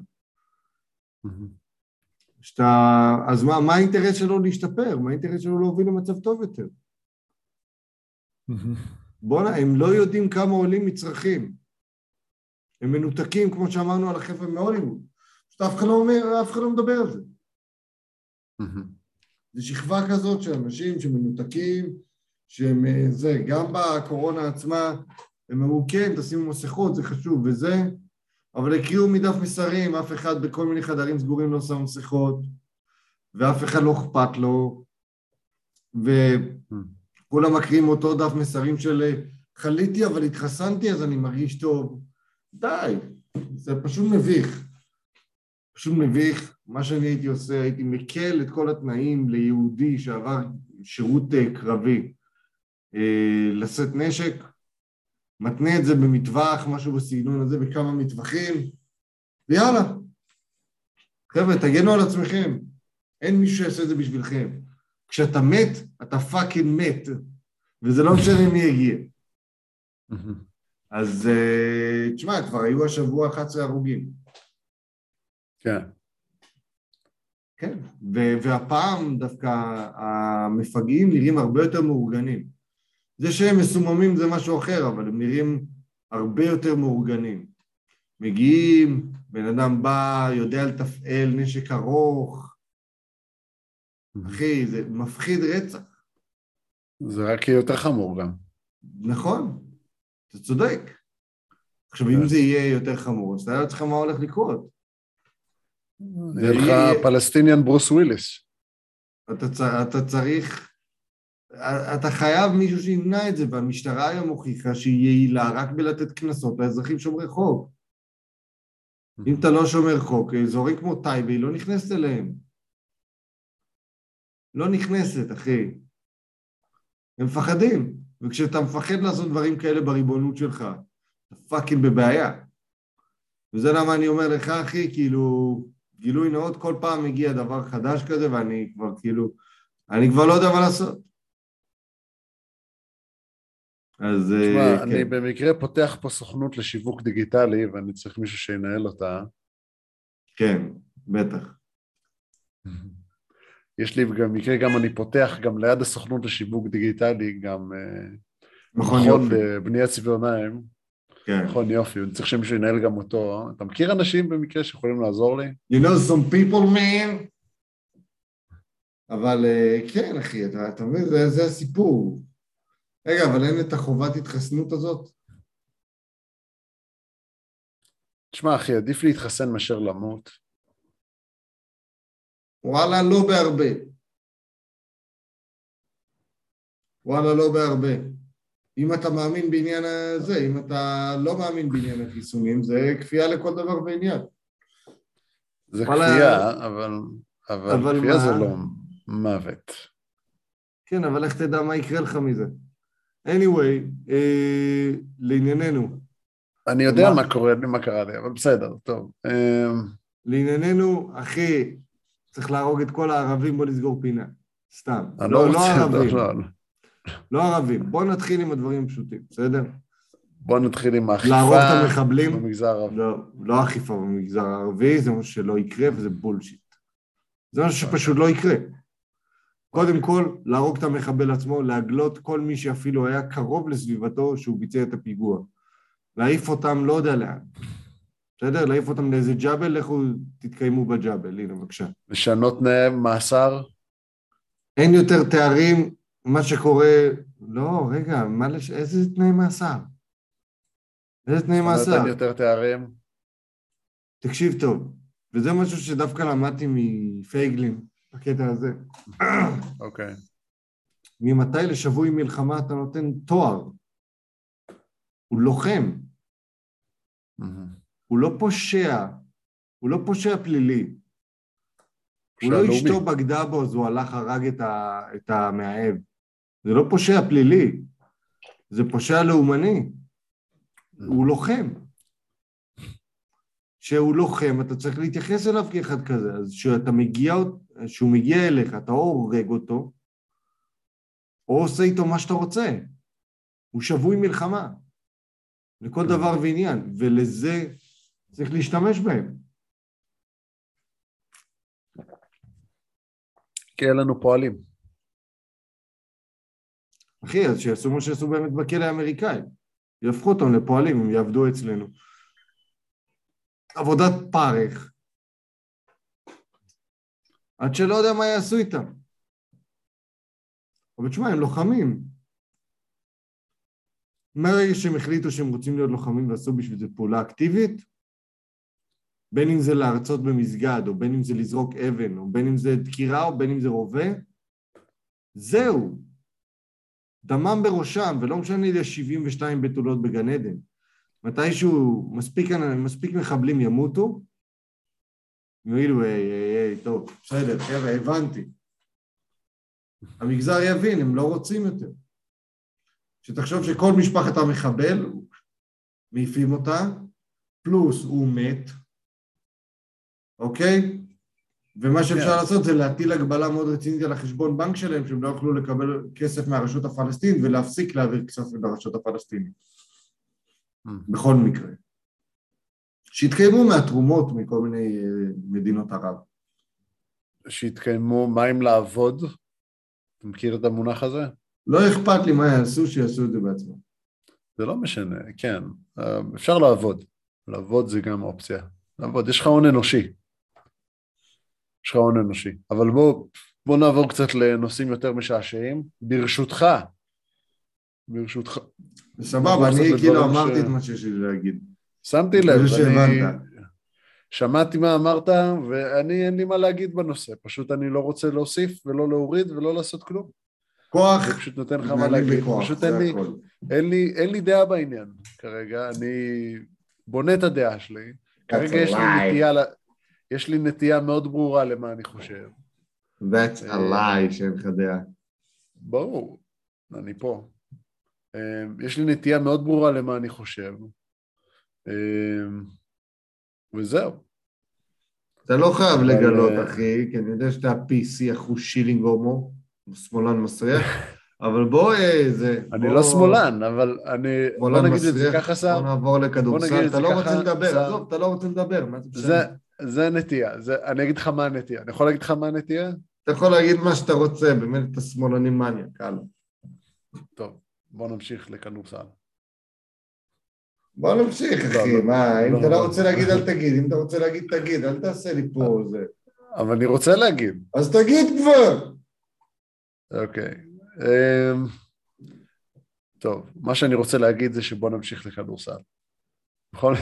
שאתה, אז מה, מה האינטרס שלו להשתפר? מה האינטרס שלו להוביל למצב טוב יותר? בוא'נה, הם לא יודעים כמה עולים מצרכים. הם מנותקים, כמו שאמרנו על החבר'ה מהוליווד. שאף אחד לא אומר, אף אחד לא מדבר על זה. זה שכבה כזאת של אנשים שמנותקים, שהם, זה, גם בקורונה עצמה, הם אמרו, כן, תשימו מסכות, זה חשוב, וזה, אבל הקריאו מדף מסרים, אף אחד בכל מיני חדרים סגורים לא שם מסכות, ואף אחד לא אכפת לו, וכולם מקריאים אותו דף מסרים של, חליתי אבל התחסנתי, אז אני מרגיש טוב. די, זה פשוט מביך. פשוט מביך. מה שאני הייתי עושה, הייתי מקל את כל התנאים ליהודי שעבר שירות קרבי. לשאת נשק, מתנה את זה במטווח, משהו בסגנון הזה, בכמה מטווחים, ויאללה. חבר'ה, תגנו על עצמכם. אין מישהו שיעשה את זה בשבילכם. כשאתה מת, אתה פאקינג מת, וזה לא משנה מי יגיע. אז תשמע, כבר היו השבוע אחת עשרה הרוגים. כן. כן, והפעם דווקא המפגעים נראים הרבה יותר מאורגנים. זה שהם מסוממים זה משהו אחר, אבל הם נראים הרבה יותר מאורגנים. מגיעים, בן אדם בא, יודע לתפעל נשק ארוך. אחי, זה מפחיד רצח. זה רק יותר חמור גם. נכון, אתה צודק. עכשיו, אם זה יהיה יותר חמור, אז אתה יודע לך מה הולך לקרות. יהיה לך פלסטיניאן ברוס וויליס. אתה צריך, אתה חייב מישהו שימנע את זה, והמשטרה היום הוכיחה שהיא יעילה רק בלתת כנסות לאזרחים שומרי חוק. אם אתה לא שומר חוק, אזורים כמו טייבה, היא לא נכנסת אליהם. לא נכנסת, אחי. הם מפחדים, וכשאתה מפחד לעשות דברים כאלה בריבונות שלך, אתה פאקינג בבעיה. וזה למה אני אומר לך, אחי, כאילו, גילוי נאות, כל פעם מגיע דבר חדש כזה, ואני כבר כאילו, אני כבר לא יודע מה לעשות. אז תשמע, כן. אני במקרה פותח פה סוכנות לשיווק דיגיטלי, ואני צריך מישהו שינהל אותה. כן, בטח. יש לי גם מקרה, גם אני פותח גם ליד הסוכנות לשיווק דיגיטלי, גם מכון בניית צביוניים. כן. מכון יופי, אני צריך שמישהו ינהל גם אותו. אתה מכיר אנשים במקרה שיכולים לעזור לי? You know some people, man. אבל כן, אחי, אתה, אתה מבין, זה, זה הסיפור. רגע, אבל אין את החובת התחסנות הזאת? תשמע, אחי, עדיף להתחסן מאשר למות. וואלה, לא בהרבה. וואלה, לא בהרבה. אם אתה מאמין בעניין הזה, אם אתה לא מאמין בעניין החיסונים, זה כפייה לכל דבר בעניין. זה וואלה... כפייה, אבל, אבל, אבל כפייה מה... זה לא מוות. כן, אבל איך תדע מה יקרה לך מזה? anyway, אה, לענייננו. אני יודע מה, מה קורה, מה קרה לי, אבל בסדר, טוב. אה... לענייננו, אחי, צריך להרוג את כל הערבים, בוא נסגור פינה. סתם. לא, לא, לא ערבים. לא, לא. לא ערבים. בוא נתחיל עם הדברים הפשוטים, בסדר? בוא נתחיל עם האכיפה להרוג את המחבלים. במגזר הערבי. לא, לא אכיפה במגזר הערבי, זה משהו שלא יקרה וזה בולשיט. זה משהו שפשוט לא יקרה. קודם כל, להרוג את המחבל עצמו, להגלות כל מי שאפילו היה קרוב לסביבתו שהוא ביצע את הפיגוע. להעיף אותם לא יודע לאן. בסדר? להעיף אותם לאיזה ג'אבל, לכו תתקיימו בג'אבל. הנה, בבקשה. לשנות תנאי מאסר? אין יותר תארים, מה שקורה... לא, רגע, מה לש... איזה תנאי מאסר? איזה תנאי מאסר? אין יותר תארים? תקשיב טוב, וזה משהו שדווקא למדתי מפייגלין, בקטע הזה. אוקיי. ממתי לשבוי מלחמה אתה נותן תואר? הוא לוחם. הוא לא פושע. הוא לא פושע פלילי. הוא לא אשתו בגדה בו, אז הוא הלך הרג את, ה... את המאהב. זה לא פושע פלילי. זה פושע לאומני. הוא לוחם. שהוא לוחם, אתה צריך להתייחס אליו כאחד כזה. אז שאתה מגיע, שהוא מגיע אליך, אתה או הורג אותו, או עושה איתו מה שאתה רוצה. הוא שבוי מלחמה. לכל דבר ועניין. ולזה צריך להשתמש בהם. כי אין לנו פועלים. אחי, אז שיעשו מה שעשו באמת בכלא האמריקאי. יהפכו אותם לפועלים, הם יעבדו אצלנו. עבודת פרך. עד שלא יודע מה יעשו איתם. אבל תשמע, הם לוחמים. מהרגע שהם החליטו שהם רוצים להיות לוחמים ועשו בשביל זה פעולה אקטיבית, בין אם זה להרצות במסגד, או בין אם זה לזרוק אבן, או בין אם זה דקירה, או בין אם זה רובה, זהו. דמם בראשם, ולא משנה לי שבעים ושתיים בתולות בגן עדן. מתישהו מספיק, מספיק מחבלים ימותו, ואילו, היי, היי, היי, טוב, בסדר, חבר'ה, הבנתי. המגזר יבין, הם לא רוצים יותר. שתחשוב שכל משפחת המחבל, מעיפים אותה, פלוס הוא מת, אוקיי? ומה שאפשר yeah. לעשות זה להטיל הגבלה מאוד רצינית על החשבון בנק שלהם, שהם לא יוכלו לקבל כסף מהרשות הפלסטינית, ולהפסיק להעביר כסף לרשות הפלסטינית. Mm. בכל מקרה. שהתקיימו מהתרומות מכל מיני מדינות ערב. שהתקיימו מים לעבוד? אתה מכיר את המונח הזה? לא אכפת לי מה יעשו, שיעשו את זה בעצמם. זה לא משנה, כן. אפשר לעבוד. לעבוד זה גם אופציה. לעבוד, יש לך הון אנושי. יש לך הון אנושי. אבל בוא, בוא נעבור קצת לנושאים יותר משעשעים. ברשותך. ברשותך. סבבה, אני כאילו אמרתי ש... את מה שיש לי להגיד. שמתי לב, אני... שמעתי מה אמרת, ואני אין לי מה להגיד בנושא. פשוט אני לא רוצה להוסיף ולא להוריד ולא לעשות כלום. כוח. אני פשוט נותן לך מה להגיד. בכוח, פשוט אין לי, אין, לי, אין לי דעה בעניין כרגע. אני בונה את הדעה שלי. כרגע יש לי, נטייה, יש לי נטייה מאוד ברורה למה אני חושב. That's a lie שאין לך דעה. ברור, אני פה. יש לי נטייה מאוד ברורה למה אני חושב. וזהו. אתה לא חייב לגלות, אחי, כי אני יודע שאתה פי סי אחוז שילינג הומו, שמאלן מסריח, אבל בוא, זה... אני לא שמאלן, אבל אני... בוא נגיד את זה ככה, שר. בוא נעבור לכדורסל, אתה לא רוצה לדבר, עזוב, אתה לא רוצה לדבר, מה זה משנה? זה נטייה, אני אגיד לך מה הנטייה, אני יכול להגיד לך מה הנטייה? אתה יכול להגיד מה שאתה רוצה, באמת אתה שמאלני מניה, קל. טוב, בוא נמשיך לכדורסל. בוא נמשיך, אחי, מה, אם אתה לא רוצה להגיד, אל תגיד, אם אתה רוצה להגיד, תגיד, אל תעשה לי פה זה. אבל אני רוצה להגיד. אז תגיד כבר. אוקיי. טוב, מה שאני רוצה להגיד זה שבוא נמשיך לכדורסל. נכון?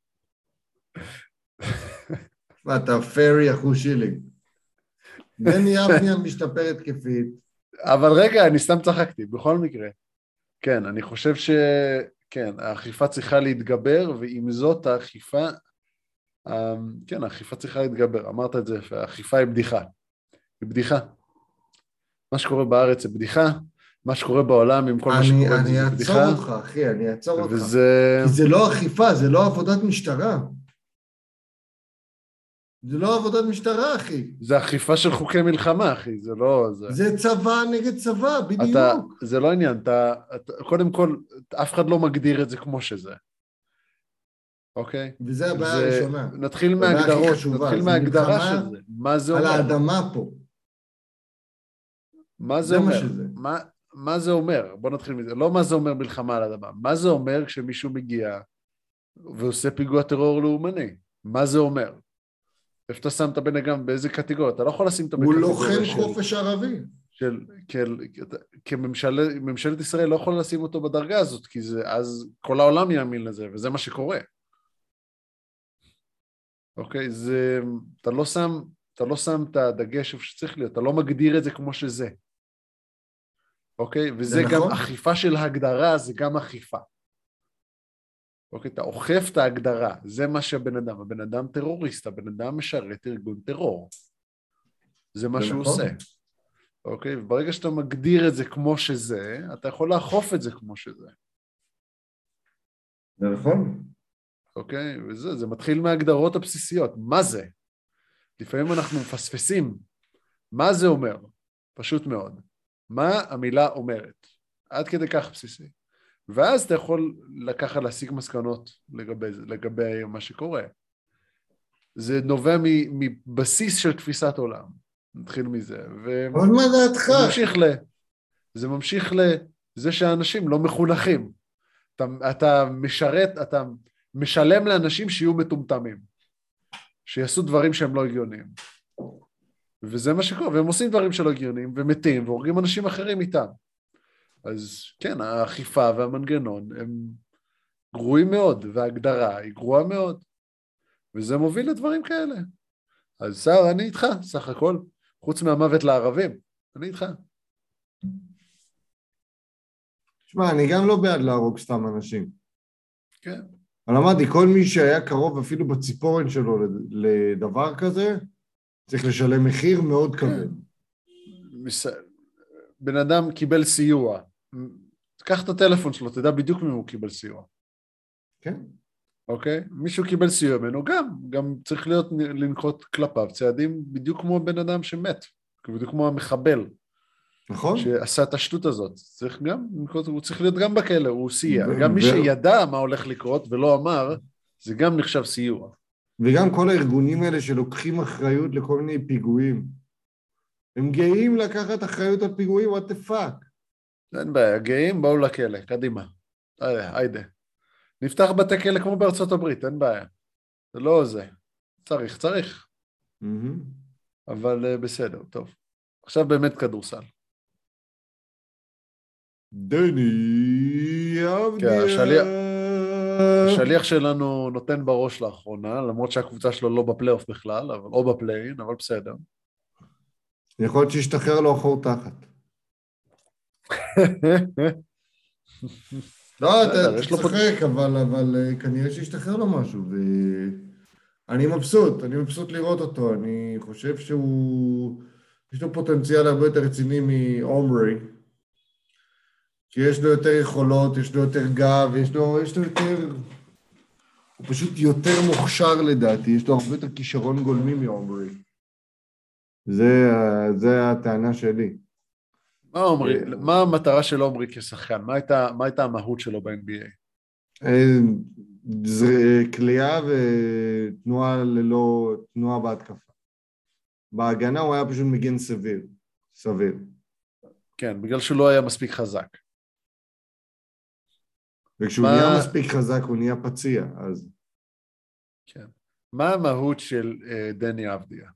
מה, אתה פרי אחוז שילינג. בני אבניה משתפר התקפית. אבל רגע, אני סתם צחקתי, בכל מקרה. כן, אני חושב ש... כן, האכיפה צריכה להתגבר, ועם זאת האכיפה, כן, האכיפה צריכה להתגבר, אמרת את זה, האכיפה היא בדיחה, היא בדיחה. מה שקורה בארץ זה בדיחה, מה שקורה בעולם עם כל מה שקורה זה בדיחה. אני אעצור אותך, אחי, אני אעצור אותך. כי זה לא אכיפה, זה לא עבודת משטרה. זה לא עבודת משטרה, אחי. זה אכיפה של חוקי מלחמה, אחי, זה לא... זה, זה צבא נגד צבא, בדיוק. אתה, זה לא עניין, אתה, אתה, קודם כל, אף אחד לא מגדיר את זה כמו שזה. אוקיי? וזה הבעיה הראשונה. נתחיל מהגדרות, נתחיל מההגדרה של זה. מה זה אומר? על האדמה פה. מה זה אומר? מה, מה זה אומר? בוא נתחיל מזה. לא מה זה אומר מלחמה על האדמה. מה זה אומר כשמישהו מגיע ועושה פיגוע טרור לאומני? מה זה אומר? איפה אתה שם את הבן אדם באיזה קטגוריה? אתה לא יכול לשים את הבן הוא לוחם חופש ערבי. של, של, כממשלת ישראל לא יכול לשים אותו בדרגה הזאת, כי זה, אז כל העולם יאמין לזה, וזה מה שקורה. אוקיי? זה, אתה לא שם, אתה לא שם את הדגש איפה שצריך להיות, אתה לא מגדיר את זה כמו שזה. אוקיי? וזה גם נכון? אכיפה של הגדרה, זה גם אכיפה. אוקיי, אתה אוכף את ההגדרה, זה מה שהבן אדם, הבן אדם טרוריסט, הבן אדם משרת ארגון טרור. זה מה שהוא עושה. אוקיי, וברגע שאתה מגדיר את זה כמו שזה, אתה יכול לאכוף את זה כמו שזה. זה נכון. אוקיי, וזה, זה מתחיל מההגדרות הבסיסיות. מה זה? לפעמים אנחנו מפספסים. מה זה אומר? פשוט מאוד. מה המילה אומרת? עד כדי כך בסיסי. ואז אתה יכול לקחת להשיג מסקנות לגבי זה, לגבי מה שקורה. זה נובע מבסיס של תפיסת עולם. נתחיל מזה. אבל מה דעתך? זה ממשיך ל... זה ממשיך לזה שהאנשים לא מחונכים. אתה, אתה משרת, אתה משלם לאנשים שיהיו מטומטמים. שיעשו דברים שהם לא הגיוניים. וזה מה שקורה. והם עושים דברים שלא הגיוניים, ומתים, והורגים אנשים אחרים איתם. אז כן, האכיפה והמנגנון הם גרועים מאוד, וההגדרה היא גרועה מאוד, וזה מוביל לדברים כאלה. אז שר, אני איתך, סך הכל, חוץ מהמוות לערבים, אני איתך. תשמע, אני גם לא בעד להרוג סתם אנשים. כן. אבל אמרתי, כל מי שהיה קרוב אפילו בציפורן שלו לדבר כזה, צריך לשלם מחיר מאוד כבד. מס... בן אדם קיבל סיוע, קח את הטלפון שלו, תדע בדיוק מי הוא קיבל סיוע. כן. אוקיי? מישהו קיבל סיוע ממנו, גם, גם צריך להיות לנקוט כלפיו צעדים בדיוק כמו בן אדם שמת, בדיוק כמו המחבל. נכון. שעשה את השטות הזאת. צריך גם, הוא צריך להיות גם בכלא, הוא סייע. ו- גם מי ו- שידע מה הולך לקרות ולא אמר, זה גם נחשב סיוע. וגם כל הארגונים האלה שלוקחים אחריות לכל מיני פיגועים. הם גאים לקחת אחריות על פיגועים, what the fuck. אין בעיה, גאים, באו לכלא, קדימה. היידה, היידה. נפתח בתי כלא כמו בארצות הברית, אין בעיה. זה לא זה. צריך, צריך. Mm-hmm. אבל בסדר, טוב. עכשיו באמת כדורסל. דני כן, אבדיה. השליח, השליח שלנו נותן בראש לאחרונה, למרות שהקבוצה שלו לא בפלייאוף בכלל, אבל, או בפליין, אבל בסדר. יכול להיות שישתחרר לו אחור תחת. לא, אתה תצחק, אבל, אבל כנראה שישתחרר לו משהו, ואני מבסוט, אני מבסוט לראות אותו, אני חושב שהוא, יש לו פוטנציאל הרבה יותר רציני מעומרי, כי יש לו יותר יכולות, יש לו יותר גב, יש לו, יש לו יותר, הוא פשוט יותר מוכשר לדעתי, יש לו הרבה יותר כישרון גולמי מעומרי. זה, זה הטענה שלי. מה אומרי, מה המטרה של עומרי כשחקן? מה הייתה, מה הייתה המהות שלו ב-אן בי איי? קליעה ותנועה ללא, תנועה בהתקפה. בהגנה הוא היה פשוט מגן סביר, סביר. כן, בגלל שהוא לא היה מספיק חזק. וכשהוא מה... נהיה מספיק חזק הוא נהיה פציע, אז... כן. מה המהות של uh, דני אבדיה?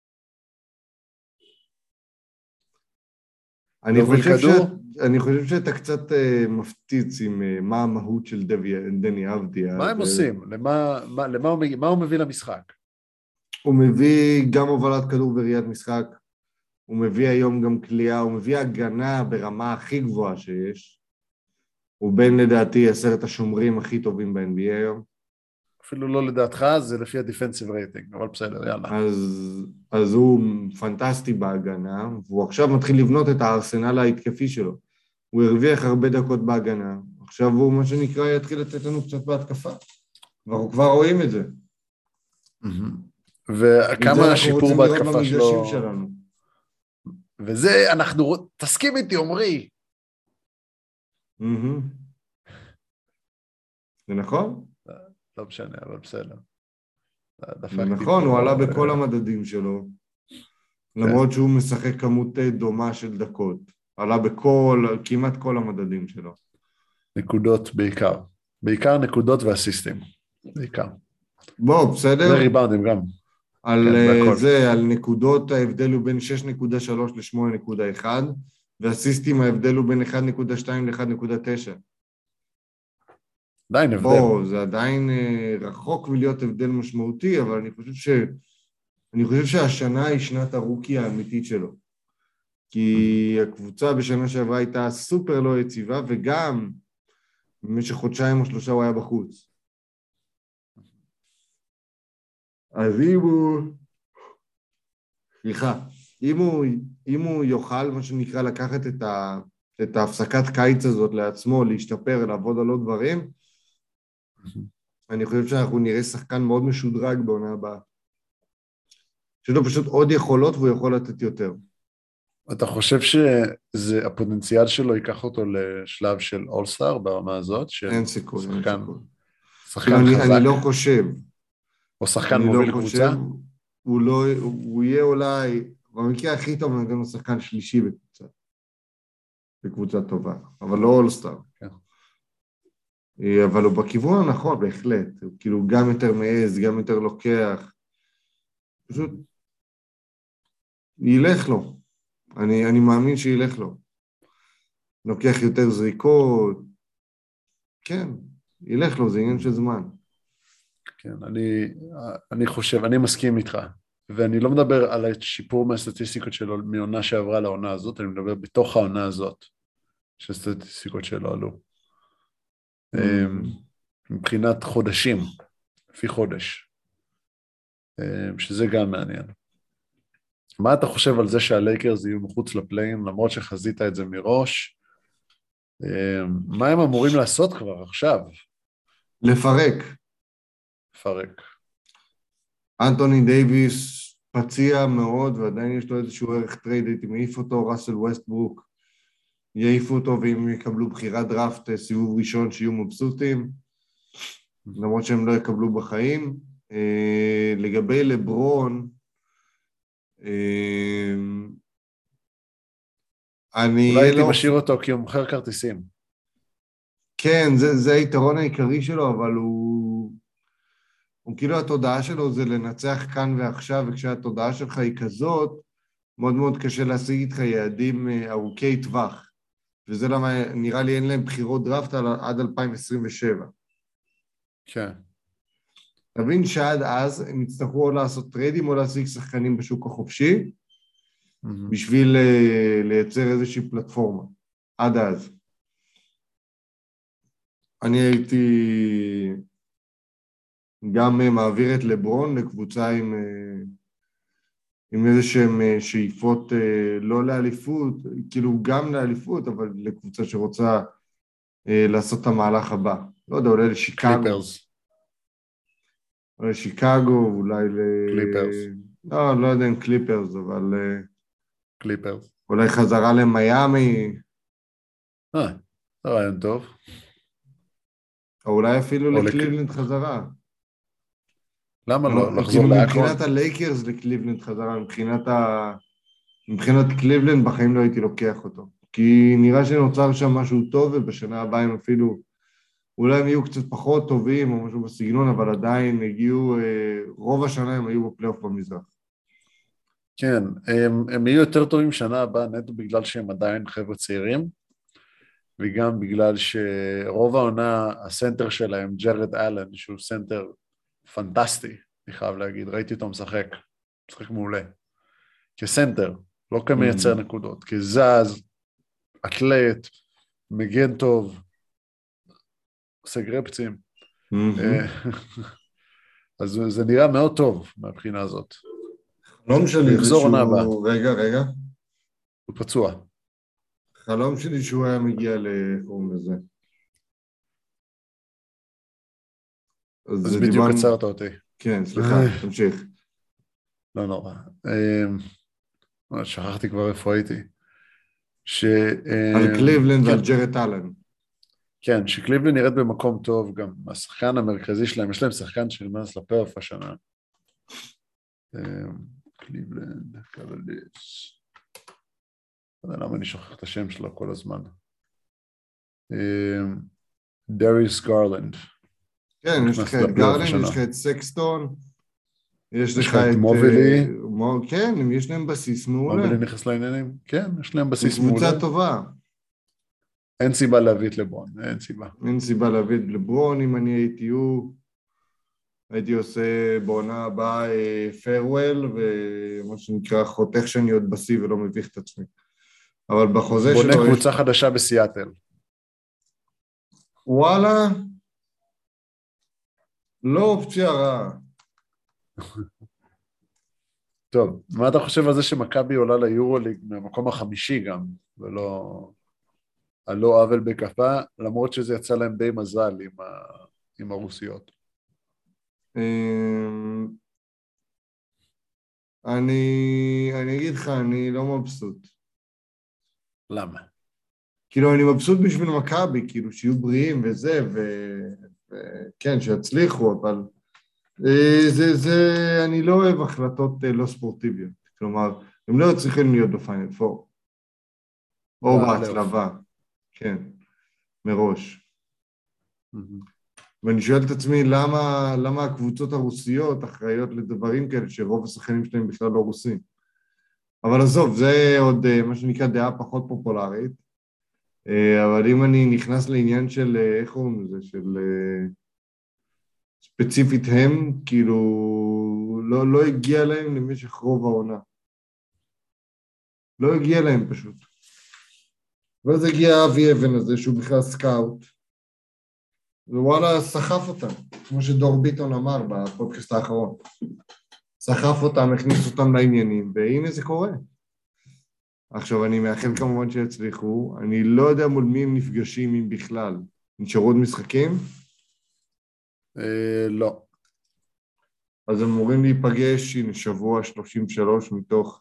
אני חושב, שאת, אני חושב שאתה קצת uh, מפתיץ עם uh, מה המהות של דבי, דני אבדיה. מה הם ו... עושים? למה, מה, למה הוא, מה הוא מביא למשחק? הוא מביא גם הובלת כדור בראיית משחק, הוא מביא היום גם קליעה, הוא מביא הגנה ברמה הכי גבוהה שיש. הוא בין לדעתי עשרת השומרים הכי טובים ב-אן בי איי היום. אפילו לא לדעתך, זה לפי הדיפנסיב רייטינג, אבל בסדר, יאללה. אז, אז הוא פנטסטי בהגנה, והוא עכשיו מתחיל לבנות את הארסנל ההתקפי שלו. הוא הרוויח הרבה דקות בהגנה, עכשיו הוא מה שנקרא יתחיל לתת לנו קצת בהתקפה. ואנחנו כבר רואים את זה. וכמה השיפור בהתקפה שלו... שלנו. וזה, אנחנו... תסכים איתי, עומרי. זה נכון? לא משנה, אבל בסדר. נכון, הוא עלה בכל המדדים שלו, למרות שהוא משחק כמות דומה של דקות. עלה בכל, כמעט כל המדדים שלו. נקודות בעיקר. בעיקר נקודות ואסיסטים. בעיקר. בוא, בסדר? וריבאונדים גם. על זה, על נקודות ההבדל הוא בין שש נקודה שלוש ל-שמונה נקודה אחת, ואסיסטים ההבדל הוא בין אחת נקודה שתיים ל-אחת נקודה תשע. עדיין הבדל. בוא, זה עדיין רחוק מלהיות הבדל משמעותי, אבל אני חושב ש... אני חושב שהשנה היא שנת הרוקי האמיתית שלו. כי הקבוצה בשנה שעברה הייתה סופר לא יציבה, וגם במשך חודשיים או שלושה הוא היה בחוץ. אז אם הוא... סליחה, אם הוא, אם הוא יוכל, מה שנקרא, לקחת את, ה... את ההפסקת קיץ הזאת לעצמו, להשתפר, לעבוד על עוד דברים, אני חושב שאנחנו נראה שחקן מאוד משודרג בעונה הבאה. יש לו פשוט עוד יכולות והוא יכול לתת יותר. אתה חושב שזה הפוטנציאל שלו ייקח אותו לשלב של אול-סטאר ברמה הזאת? אין סיכוי, אין סיכוי. שחקן אני, חזק? אני לא חושב. או שחקן מוביל לא קבוצה? הוא לא, הוא יהיה אולי, במקרה הכי טוב נתן לו שחקן שלישי בקבוצה. בקבוצה טובה, אבל לא אול-סטאר. כן. אבל הוא בכיוון הנכון, בהחלט. הוא כאילו גם יותר מעז, גם יותר לוקח. פשוט ילך לו. אני, אני מאמין שילך לו. לוקח יותר זריקות. כן, ילך לו, זה עניין של זמן. כן, אני, אני חושב, אני מסכים איתך. ואני לא מדבר על השיפור מהסטטיסטיקות שלו מעונה שעברה לעונה הזאת, אני מדבר בתוך העונה הזאת, שהסטטיסטיקות שלו עלו. מבחינת חודשים, לפי חודש, שזה גם מעניין. מה אתה חושב על זה שהלייקרס יהיו מחוץ לפליין, למרות שחזית את זה מראש, מה הם אמורים לעשות כבר עכשיו? לפרק. לפרק. אנטוני דייביס פציע מאוד, ועדיין יש לו איזשהו ערך טריידית, אם יעיף אותו ראסל ווסטברוק, יעיפו אותו, ואם יקבלו בחירת דראפט סיבוב ראשון שיהיו מבסוטים, למרות שהם לא יקבלו בחיים. לגבי לברון, אני... אולי הייתי משאיר אותו כי הוא מוכר כרטיסים. כן, זה, זה היתרון העיקרי שלו, אבל הוא... הוא כאילו התודעה שלו זה לנצח כאן ועכשיו, וכשהתודעה שלך היא כזאת, מאוד מאוד קשה להשיג איתך יעדים ארוכי טווח. וזה למה נראה לי אין להם בחירות דראפט עד אלפיים עשרים ושבע. כן. תבין שעד אז הם יצטרכו או לעשות טריידים או להשיג שחקנים בשוק החופשי, mm-hmm. בשביל לייצר איזושהי פלטפורמה. עד אז. אני הייתי גם מעביר את לברון לקבוצה עם, עם איזה שהם שאיפות לא לאליפות, כאילו גם לאליפות, אבל לקבוצה שרוצה לעשות את המהלך הבא. לא יודע, אולי לשיקגו. קליפרס. אולי לשיקגו, אולי ל... קליפרס. לא, לא יודע אם קליפרס, אבל... קליפרס. אולי חזרה למיימי. אה, זה רעיון טוב. או אולי אפילו לקליבלנד חזרה. למה לא? לחזור לאקרון? מבחינת הלייקרס לקליבלנד חזרה, מבחינת ה... מבחינת קליבלנד בחיים לא הייתי לוקח אותו. כי נראה שנוצר שם משהו טוב, ובשנה הבאה הם אפילו, אולי הם יהיו קצת פחות טובים או משהו בסגנון, אבל עדיין הגיעו, רוב השנה הם היו בפלייאוף במזרח. כן, הם, הם יהיו יותר טובים שנה הבאה, נטו בגלל שהם עדיין חבר'ה צעירים, וגם בגלל שרוב העונה, הסנטר שלהם, ג'רד אלן, שהוא סנטר פנטסטי, אני חייב להגיד, ראיתי אותו משחק, משחק מעולה, כסנטר, לא כמייצר mm-hmm. נקודות, כזז, אתלט, מגן טוב, עושה גרפצים, mm-hmm. אז זה נראה מאוד טוב מהבחינה הזאת. חלום שלי זה שהוא... רגע, רגע. הוא פצוע. חלום שלי שהוא היה מגיע לחום לזה. אז בדיוק עצרת אותי. כן, סליחה, תמשיך. לא נורא. שכחתי כבר איפה הייתי. על קליבלנד ועל ג'רד אלן. כן, שקליבלנד נראית במקום טוב, גם השחקן המרכזי שלהם, יש להם שחקן שנכנס לפלייאוף השנה. קליבלנד, קוולרס. לא יודע למה אני שוכח את השם שלו כל הזמן. דריוס גרלנד. כן, יש לך את גרלנד, יש לך את סקסטון, יש לך את מובילי. כן, יש להם בסיס מעולה. מובילי נכנס לעניינים? כן, יש להם בסיס מעולה. קבוצה טובה. אין סיבה להביא את לברון, אין סיבה. אין סיבה להביא את לברון, אם אני הייתי הוא, הייתי עושה בעונה הבאה פיירוול, ומה שנקרא חותך שאני עוד בסי ולא מביך את עצמי. אבל בחוזה שלו... בונה קבוצה חדשה בסיאטל. וואלה, לא אופציה רעה. טוב, מה אתה חושב על זה שמכבי עולה ליורוליג מהמקום החמישי גם, ולא... הלא עוול בכפה, למרות שזה יצא להם די מזל עם, ה... עם הרוסיות. אני, אני אגיד לך, אני לא מבסוט. למה? כאילו, אני מבסוט בשביל מכבי, כאילו, שיהיו בריאים וזה, וכן, שיצליחו, אבל זה, זה, אני לא אוהב החלטות לא ספורטיביות. כלומר, הם לא צריכים להיות בפיינל פור. או בהצלבה. כן, מראש. ואני שואל את עצמי, למה, למה הקבוצות הרוסיות אחראיות לדברים כאלה, שרוב השחקנים שלהם בכלל לא רוסים? אבל עזוב, זה עוד מה שנקרא דעה פחות פופולרית, אבל אם אני נכנס לעניין של, איך קוראים לזה, של ספציפית הם, כאילו, לא, לא הגיע להם למשך רוב העונה. לא הגיע להם פשוט. ואז הגיע אבי אבן הזה, שהוא בכלל סקאוט, ווואלה, סחף אותם, כמו שדור ביטון אמר בפודקאסט האחרון. סחף אותם, הכניס אותם לעניינים, והנה זה קורה. עכשיו, אני מאחל כמובן שיצליחו, אני לא יודע מול מי הם נפגשים, אם בכלל. נשארו עוד משחקים? אה, לא. אז הם אמורים להיפגש, הנה, שבוע שלושים ושלוש מתוך,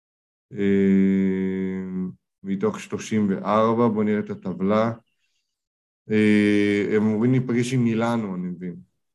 אה, מתוך שלושים וארבע, בואו נראה את הטבלה. אה, הם אמורים להיפגש עם מילאנו, אני מבין.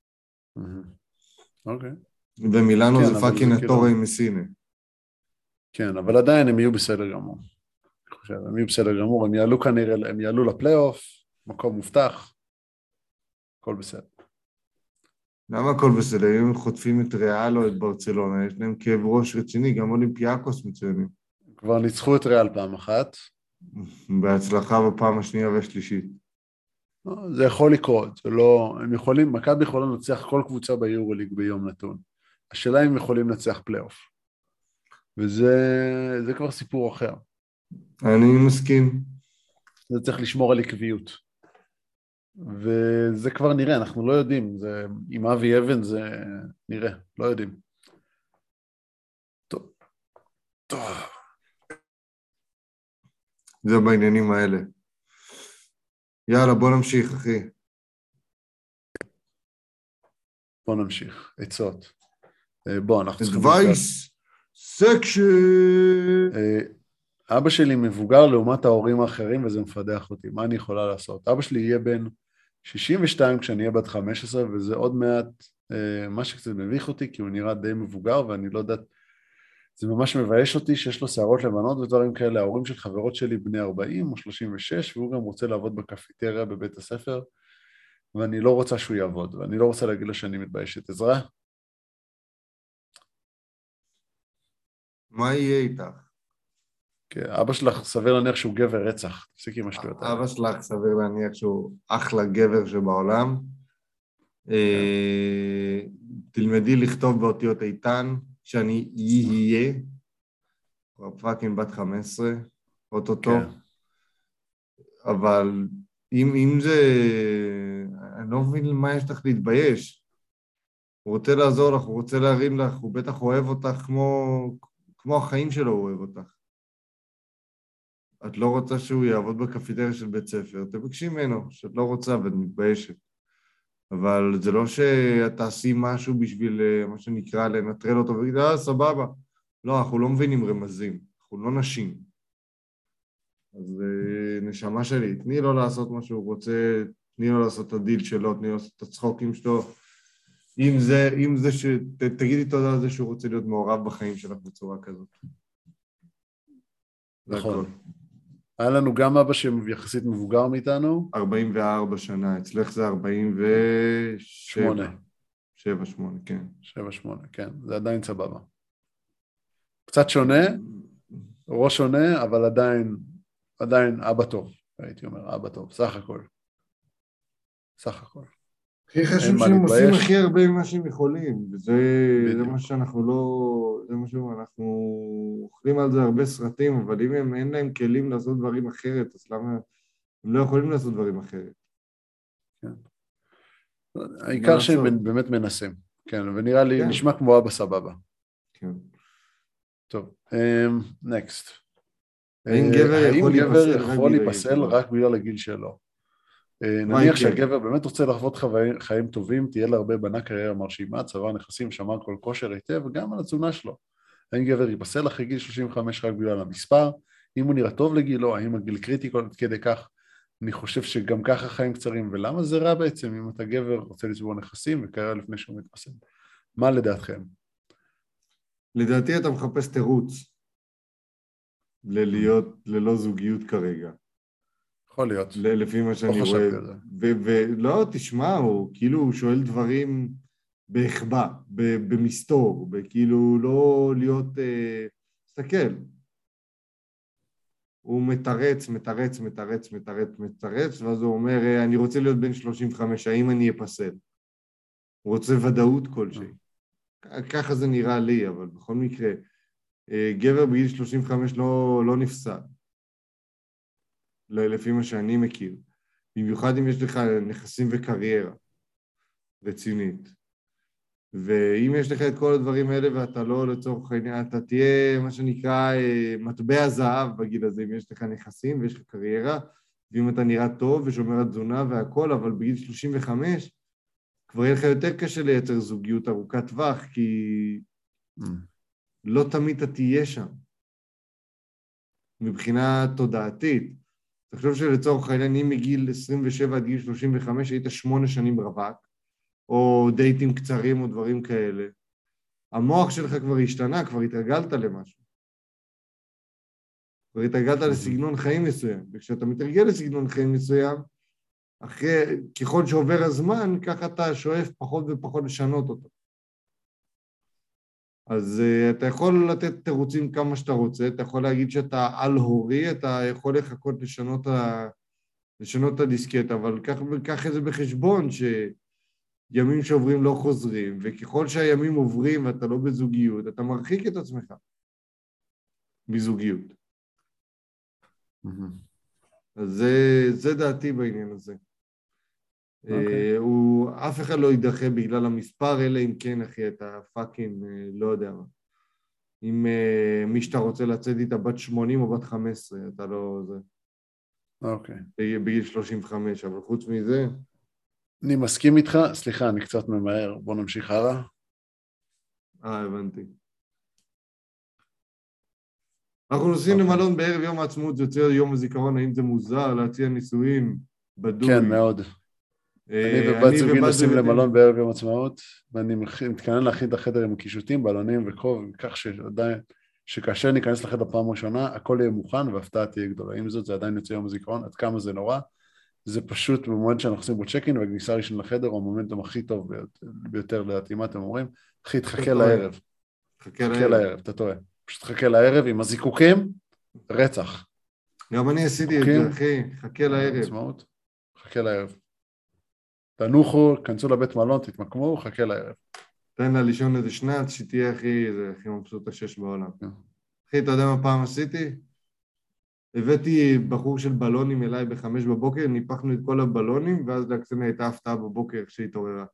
אוקיי. ומילאנו כן, זה פאקינג זה הטורה כאילו... עם מסינה. כן, אבל עדיין הם יהיו בסדר גמור. אני חושב, הם יהיו בסדר גמור, הם יעלו כנראה, הם יעלו לפלייאוף, מקום מובטח, הכל בסדר. למה הכל בסדר? אם הם חוטפים את ריאל או את ברצלונה, יש להם כאב ראש רציני, גם אולימפיאקוס מצוינים. כבר ניצחו את ריאל פעם אחת. בהצלחה בפעם השנייה והשלישית. זה יכול לקרות, זה לא, הם יכולים, מכבי יכולה לנצח כל קבוצה ביורוליג ביום נתון. השאלה אם הם יכולים לנצח פלייאוף. וזה זה כבר סיפור אחר. אני מסכים. זה צריך לשמור על עקביות. וזה כבר נראה, אנחנו לא יודעים, זה, עם אבי אבן זה נראה, לא יודעים. טוב. טוב. זה בעניינים האלה. יאללה, בוא נמשיך, אחי. בוא נמשיך, עצות. בוא, אנחנו צריכים... Advice section. אבא שלי מבוגר לעומת ההורים האחרים, וזה מפדח אותי. מה אני יכולה לעשות? אבא שלי יהיה בן שישים ושתיים כשאני אהיה בת חמש עשרה, וזה עוד מעט מה שקצת מביך אותי, כי הוא נראה די מבוגר, ואני לא יודעת, זה ממש מבייש אותי שיש לו שערות לבנות ודברים כאלה. ההורים של חברות שלי בני ארבעים או שלושים ושש, והוא גם רוצה לעבוד בקפיטריה בבית הספר, ואני לא רוצה שהוא יעבוד, ואני לא רוצה להגיד לו שאני מתביישת. עזרה? מה יהיה איתך? כן, אבא שלך סביר להניח שהוא גבר רצח, תפסיק עם השטויות האלה. אבא שלך סביר להניח שהוא אחלה גבר שבעולם. תלמדי לכתוב באותיות איתן, שאני יהיה, פאקינג בת חמש עשרה, אוטוטו. אבל אם זה, אני לא מבין מה יש לך להתבייש. הוא רוצה לעזור לך, הוא רוצה להרים לך, הוא בטח אוהב אותך כמו החיים שלו הוא אוהב אותך. את לא רוצה שהוא יעבוד בקפיטריה של בית ספר, תבקשי ממנו שאת לא רוצה ואת מתביישת. אבל זה לא שאת תעשי משהו בשביל מה שנקרא לנטרל אותו ולהגיד, אה, סבבה. לא, אנחנו לא מבינים רמזים, אנחנו לא נשים. אז נשמה שלי, תני לו לעשות מה שהוא רוצה, תני לו לעשות את הדיל שלו, תני לו לעשות את הצחוקים שלו. אם זה, אם זה ש... תגידי תודה על זה שהוא רוצה להיות מעורב בחיים שלך בצורה כזאת. נכון. היה לנו גם אבא שיחסית מבוגר מאיתנו. ארבעים וארבע שנה, אצלך זה ארבעים ושבע. שמונה. שבע, שמונה, כן. שבע, שמונה, כן. זה עדיין סבבה. קצת שונה, ראש שונה, אבל עדיין, עדיין אבא טוב, הייתי אומר, אבא טוב, סך הכל. סך הכל. הכי חשוב שהם עושים הכי הרבה ממה שהם יכולים, וזה מה שאנחנו לא, זה מה שאנחנו אוכלים על זה הרבה סרטים, אבל אם הם אין להם כלים לעשות דברים אחרת, אז למה הם לא יכולים לעשות דברים אחרת? כן. העיקר שהם באמת מנסים, כן, ונראה לי, נשמע כמו אבא סבבה. כן. טוב, נקסט. האם גבר יכול להיפסל רק בגלל הגיל שלו? נניח שהגבר באמת רוצה לחוות חיים טובים, תהיה לה הרבה בנה קריירה מרשימה, צבא נכסים, שמר כל כושר היטב, וגם על התזונה שלו. האם גבר ייפסל אחרי גיל שלושים וחמש רק בגלל המספר? אם הוא נראה טוב לגילו, האם הגיל קריטי כדי כך? אני חושב שגם ככה חיים קצרים, ולמה זה רע בעצם אם אתה גבר רוצה לצבור נכסים וקריירה לפני שהוא מתפסל? מה לדעתכם? לדעתי אתה מחפש תירוץ ללהיות ללא זוגיות כרגע. יכול להיות. לפי מה שאני רואה. ולא, תשמע, הוא כאילו הוא שואל דברים בהחבא, במסתור, כאילו לא להיות, תסתכל. הוא מתרץ, מתרץ, מתרץ, מתרץ, מתרץ, ואז הוא אומר, אני רוצה להיות בן שלושים וחמש, האם אני אפסל? הוא רוצה ודאות כלשהי. ככה זה נראה לי, אבל בכל מקרה, גבר בגיל שלושים וחמש לא, לא נפסל. לפי מה שאני מכיר. במיוחד אם יש לך נכסים וקריירה רצינית. ואם יש לך את כל הדברים האלה ואתה לא לצורך העניין, אתה תהיה מה שנקרא מטבע זהב בגיל הזה, אם יש לך נכסים ויש לך קריירה, ואם אתה נראה טוב ושומר על תזונה והכל, אבל בגיל שלושים וחמש כבר יהיה לך יותר קשה לייצר זוגיות ארוכת טווח, כי mm. לא תמיד אתה תהיה שם. מבחינה תודעתית, תחשוב שלצורך העניין, אם מגיל עשרים ושבע עד גיל שלושים וחמש היית שמונה שנים רווק, או דייטים קצרים או דברים כאלה, המוח שלך כבר השתנה, כבר התרגלת למשהו. כבר התרגלת mm-hmm. לסגנון חיים מסוים, וכשאתה מתרגל לסגנון חיים מסוים, אחרי, ככל שעובר הזמן, ככה אתה שואף פחות ופחות לשנות אותו. אז uh, אתה יכול לתת תירוצים כמה שאתה רוצה, אתה יכול להגיד שאתה על-הורי, אתה יכול לחכות לשנות, ה... לשנות את הדיסקט, אבל קח, קח את זה בחשבון שימים שעוברים לא חוזרים, וככל שהימים עוברים ואתה לא בזוגיות, אתה מרחיק את עצמך מזוגיות. Mm-hmm. אז זה, זה דעתי בעניין הזה. Okay. Uh, הוא, אף אחד לא יידחה בגלל המספר, אלא אם כן, אחי, אתה פאקינג, uh, לא יודע מה. אם uh, מי שאתה רוצה לצאת איתה בת שמונים או בת חמש עשרה, אתה לא זה. אוקיי. Okay. בגיל שלושים וחמש, אבל חוץ מזה... אני מסכים איתך, סליחה, אני קצת ממהר, בוא נמשיך הלאה. אה, הבנתי. אנחנו נוסעים okay. למלון בערב יום העצמאות, זה יוצא יום הזיכרון, האם זה מוזר להציע נישואים בדוי? כן, מאוד. אני ובת זוגי נוסעים למלון בערב יום עצמאות, ואני מתכנן להכין את החדר עם הקישוטים, בלונים וכוב, כך שעדיין, שכאשר ניכנס לחדר פעם ראשונה, הכל יהיה מוכן וההפתעה תהיה גדולה. עם זאת, זה עדיין יוצא יום הזיכרון, עד כמה זה נורא. זה פשוט במועד שאנחנו עושים בו צ'קין, והכניסה ראשון לחדר הוא המומנטום הכי טוב ביותר לדעתי, מה אתם אומרים? אחי, תחכה לערב. תחכה לערב, אתה טועה. פשוט תחכה לערב עם הזיקוקים, רצח. גם אני עשיתי את זה, אחי, חכה לערב. חכה לערב. תנוחו, כנסו לבית מלון, תתמקמו, חכה לערב. תן לה לישון איזה שנץ, שתהיה הכי, זה הכי מבסוט השש בעולם. אחי, אתה יודע מה פעם עשיתי? הבאתי בחור של בלונים אליי בחמש בבוקר, ניפחנו את כל הבלונים, ואז לאקסנה הייתה הפתעה בבוקר כשהיא התעוררה.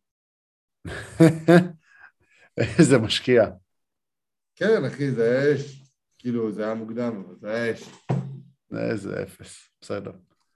איזה משקיע. כן, אחי, זה היה אש. כאילו, זה היה מוקדם, אבל זה היה אש. איזה אפס, בסדר.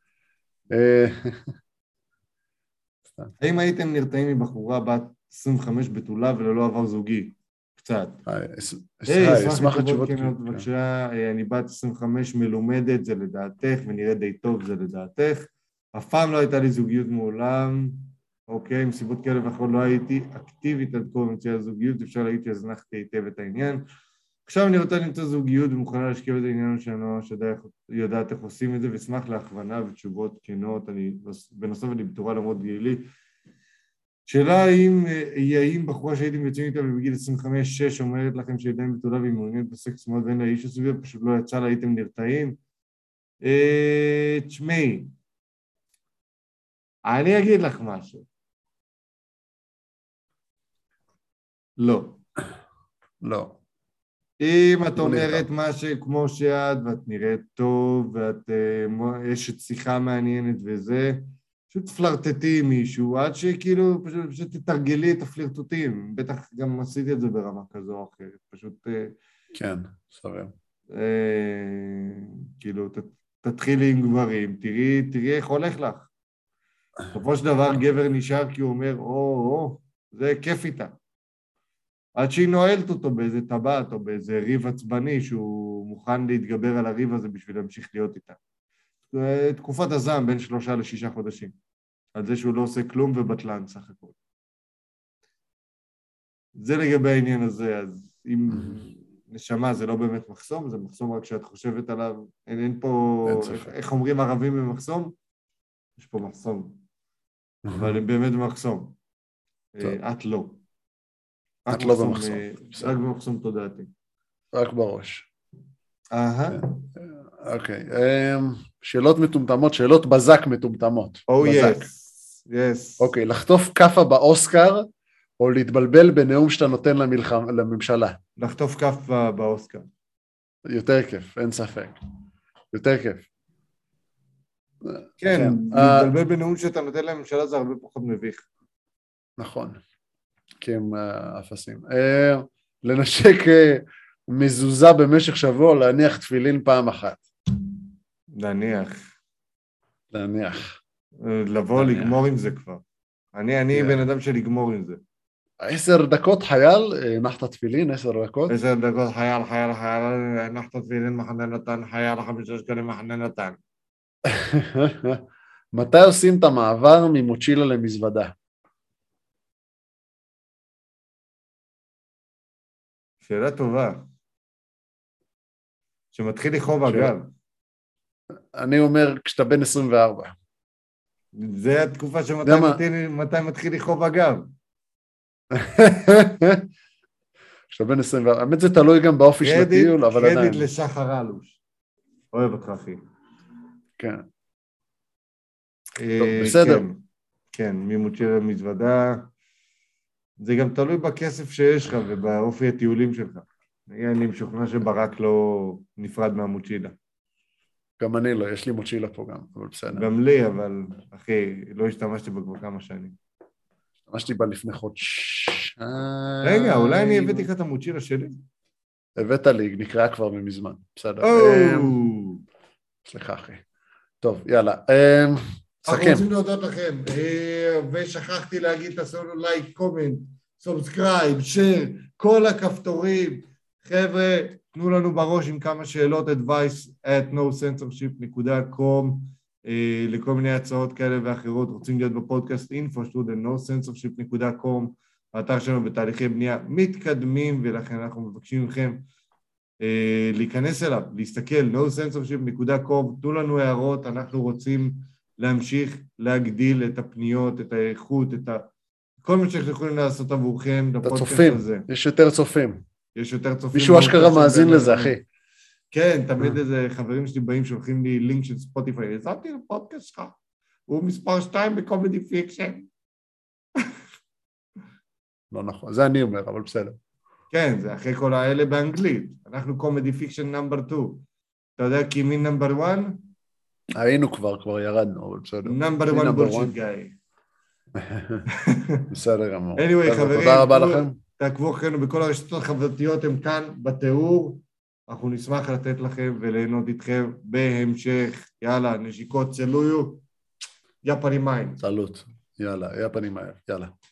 האם הייתם נרתעים מבחורה בת עשרים וחמש בתולה וללא עבר זוגי? קצת. היי, אשמח לתשובות כנות, בבקשה. אני בת עשרים וחמש מלומדת, זה לדעתך, ונראה די טוב, זה לדעתך. אף פעם לא הייתה לי זוגיות מעולם, אוקיי, מסיבות כאלה ואחרות לא הייתי אקטיבית עד כה במציאת הזוגיות, אפשר להגיד שהזנחתי היטב את העניין. עכשיו אני רוצה למצוא זוגיות ומוכנה להשקיע את העניין שאני יודעת איך עושים את זה, ואשמח להכוונה ותשובות כנות, אני בנוסף אני בטורה למרות גילי. שאלה האם, האם בחורה שהייתם יוצאים איתה ובגיל עשרים וחמש שש אומרת לכם שהייתם בתולה והיא מעוניינת בסקס מאוד ואין לאיש הסביבה, פשוט לא יצא לה, הייתם נרתעים? תשמעי, אני אגיד לך משהו. לא. לא. אם את אומרת משהו כמו שאת, ואת נראית טוב, ואת, יש את שיחה מעניינת וזה, פשוט פלרטטי עם מישהו, עד שכאילו, פשוט, פשוט תתרגלי את הפלרטוטים, בטח גם עשיתי את זה ברמה כזו או אחרת, פשוט... כן, סבבה. כאילו, ת, תתחילי עם גברים, תראי, תראי איך הולך לך. בסופו של דבר גבר נשאר כי הוא אומר, או, או, זה כיף איתה. עד שהיא נועלת אותו באיזה טבעת או באיזה ריב עצבני שהוא מוכן להתגבר על הריב הזה בשביל להמשיך להיות איתה. תקופת הזעם בין שלושה לשישה חודשים. על זה שהוא לא עושה כלום ובטלן סך הכל. זה לגבי העניין הזה, אז אם נשמה זה לא באמת מחסום, זה מחסום רק שאת חושבת עליו, אין, אין פה, איך, איך אומרים ערבים במחסום? יש פה מחסום. אבל הם באמת במחסום. את לא. את לא במחסום. רק במחסום תודעתי. רק בראש. אהה. אוקיי. שאלות מטומטמות, שאלות בזק מטומטמות. או יס. יס. אוקיי, לחטוף כאפה באוסקר, או להתבלבל בנאום שאתה נותן לממשלה. לחטוף כאפה באוסקר. יותר כיף, אין ספק. יותר כיף. כן, להתבלבל בנאום שאתה נותן לממשלה זה הרבה פחות מביך. נכון. כי הם אפסים. לנשק מזוזה במשך שבוע, להניח תפילין פעם אחת. להניח. להניח. לבוא לגמור עם זה כבר. אני, אני בן אדם של לגמור עם זה. עשר דקות חייל, נחת תפילין, עשר דקות. עשר דקות חייל, חייל, חייל, נחת תפילין, מחנה נתן, חייל, חמישה שקלים, מחנה נתן. מתי עושים את המעבר ממוצ'ילה למזוודה? שאלה טובה. שמתחיל לכאוב הגב. אני אומר, כשאתה בן עשרים וארבע. זה התקופה שמתי מתחיל לכאוב הגב. כשאתה בן עשרים וארבע. האמת זה תלוי גם באופי של הטיול, אבל עדיין. קרדיט לשחר אלוש. אוהב אותך, אחי. כן. טוב, בסדר. כן, ממוצ'ילה למזוודה. זה גם תלוי בכסף שיש לך ובאופי הטיולים שלך. אני משוכנע שברק לא נפרד מהמוצ'ילה. גם אני לא, יש לי מוצ'ילה פה גם, אבל בסדר. גם לי, אבל אחי, לא השתמשתי בה כבר כמה שנים. השתמשתי בה לפני חודש. רגע, אולי אני הבאתי לך את המוצ'ילה שלי? הבאת לי, נקראה כבר ממזמן, בסדר. סליחה אחי. טוב, יאללה. אנחנו רוצים להודות לכם, ושכחתי להגיד, תעשו לנו לייק, קומנט, סובסקרייב, שייר, כל הכפתורים. חבר'ה, תנו לנו בראש עם כמה שאלות, advice at no censorship dot com, לכל מיני הצעות כאלה ואחרות. רוצים להיות בפודקאסט info student no censorship dot com, האתר שלנו בתהליכי בנייה מתקדמים, ולכן אנחנו מבקשים מכם להיכנס אליו, להסתכל, no censorship dot com, תנו לנו הערות, אנחנו רוצים להמשיך להגדיל את הפניות, את האיכות, את ה... כל מה שאנחנו יכולים לעשות עבורכם לפודקאסט הזה. יש יותר צופים. יש יותר צופים. מישהו אשכרה מאזין לזה, אחי. כן, תמיד איזה חברים שלי באים שולחים לי לינק של ספוטיפיי, יצאתי לפודקאסט שלך, הוא מספר שתיים בקומדי פיקשן. לא נכון, זה אני אומר, אבל בסדר. כן, זה אחרי כל האלה באנגלית. אנחנו קומדי פיקשן נאמבר טו. אתה יודע כי מי נאמבר וואן? היינו כבר, כבר ירדנו, אבל בסדר. נאמבר וואן בולשיט גאי. בסדר גמור. anyway, חברים, תודה רבה לכם. תעקבו אחרינו בכל הרשתות החברתיות, הם כאן בתיאור. אנחנו נשמח לתת לכם וליהנות איתכם בהמשך. יאללה, נשיקות, צלויו. יא פנים מים. סלוט. יאללה, יא פנים מים. יאללה.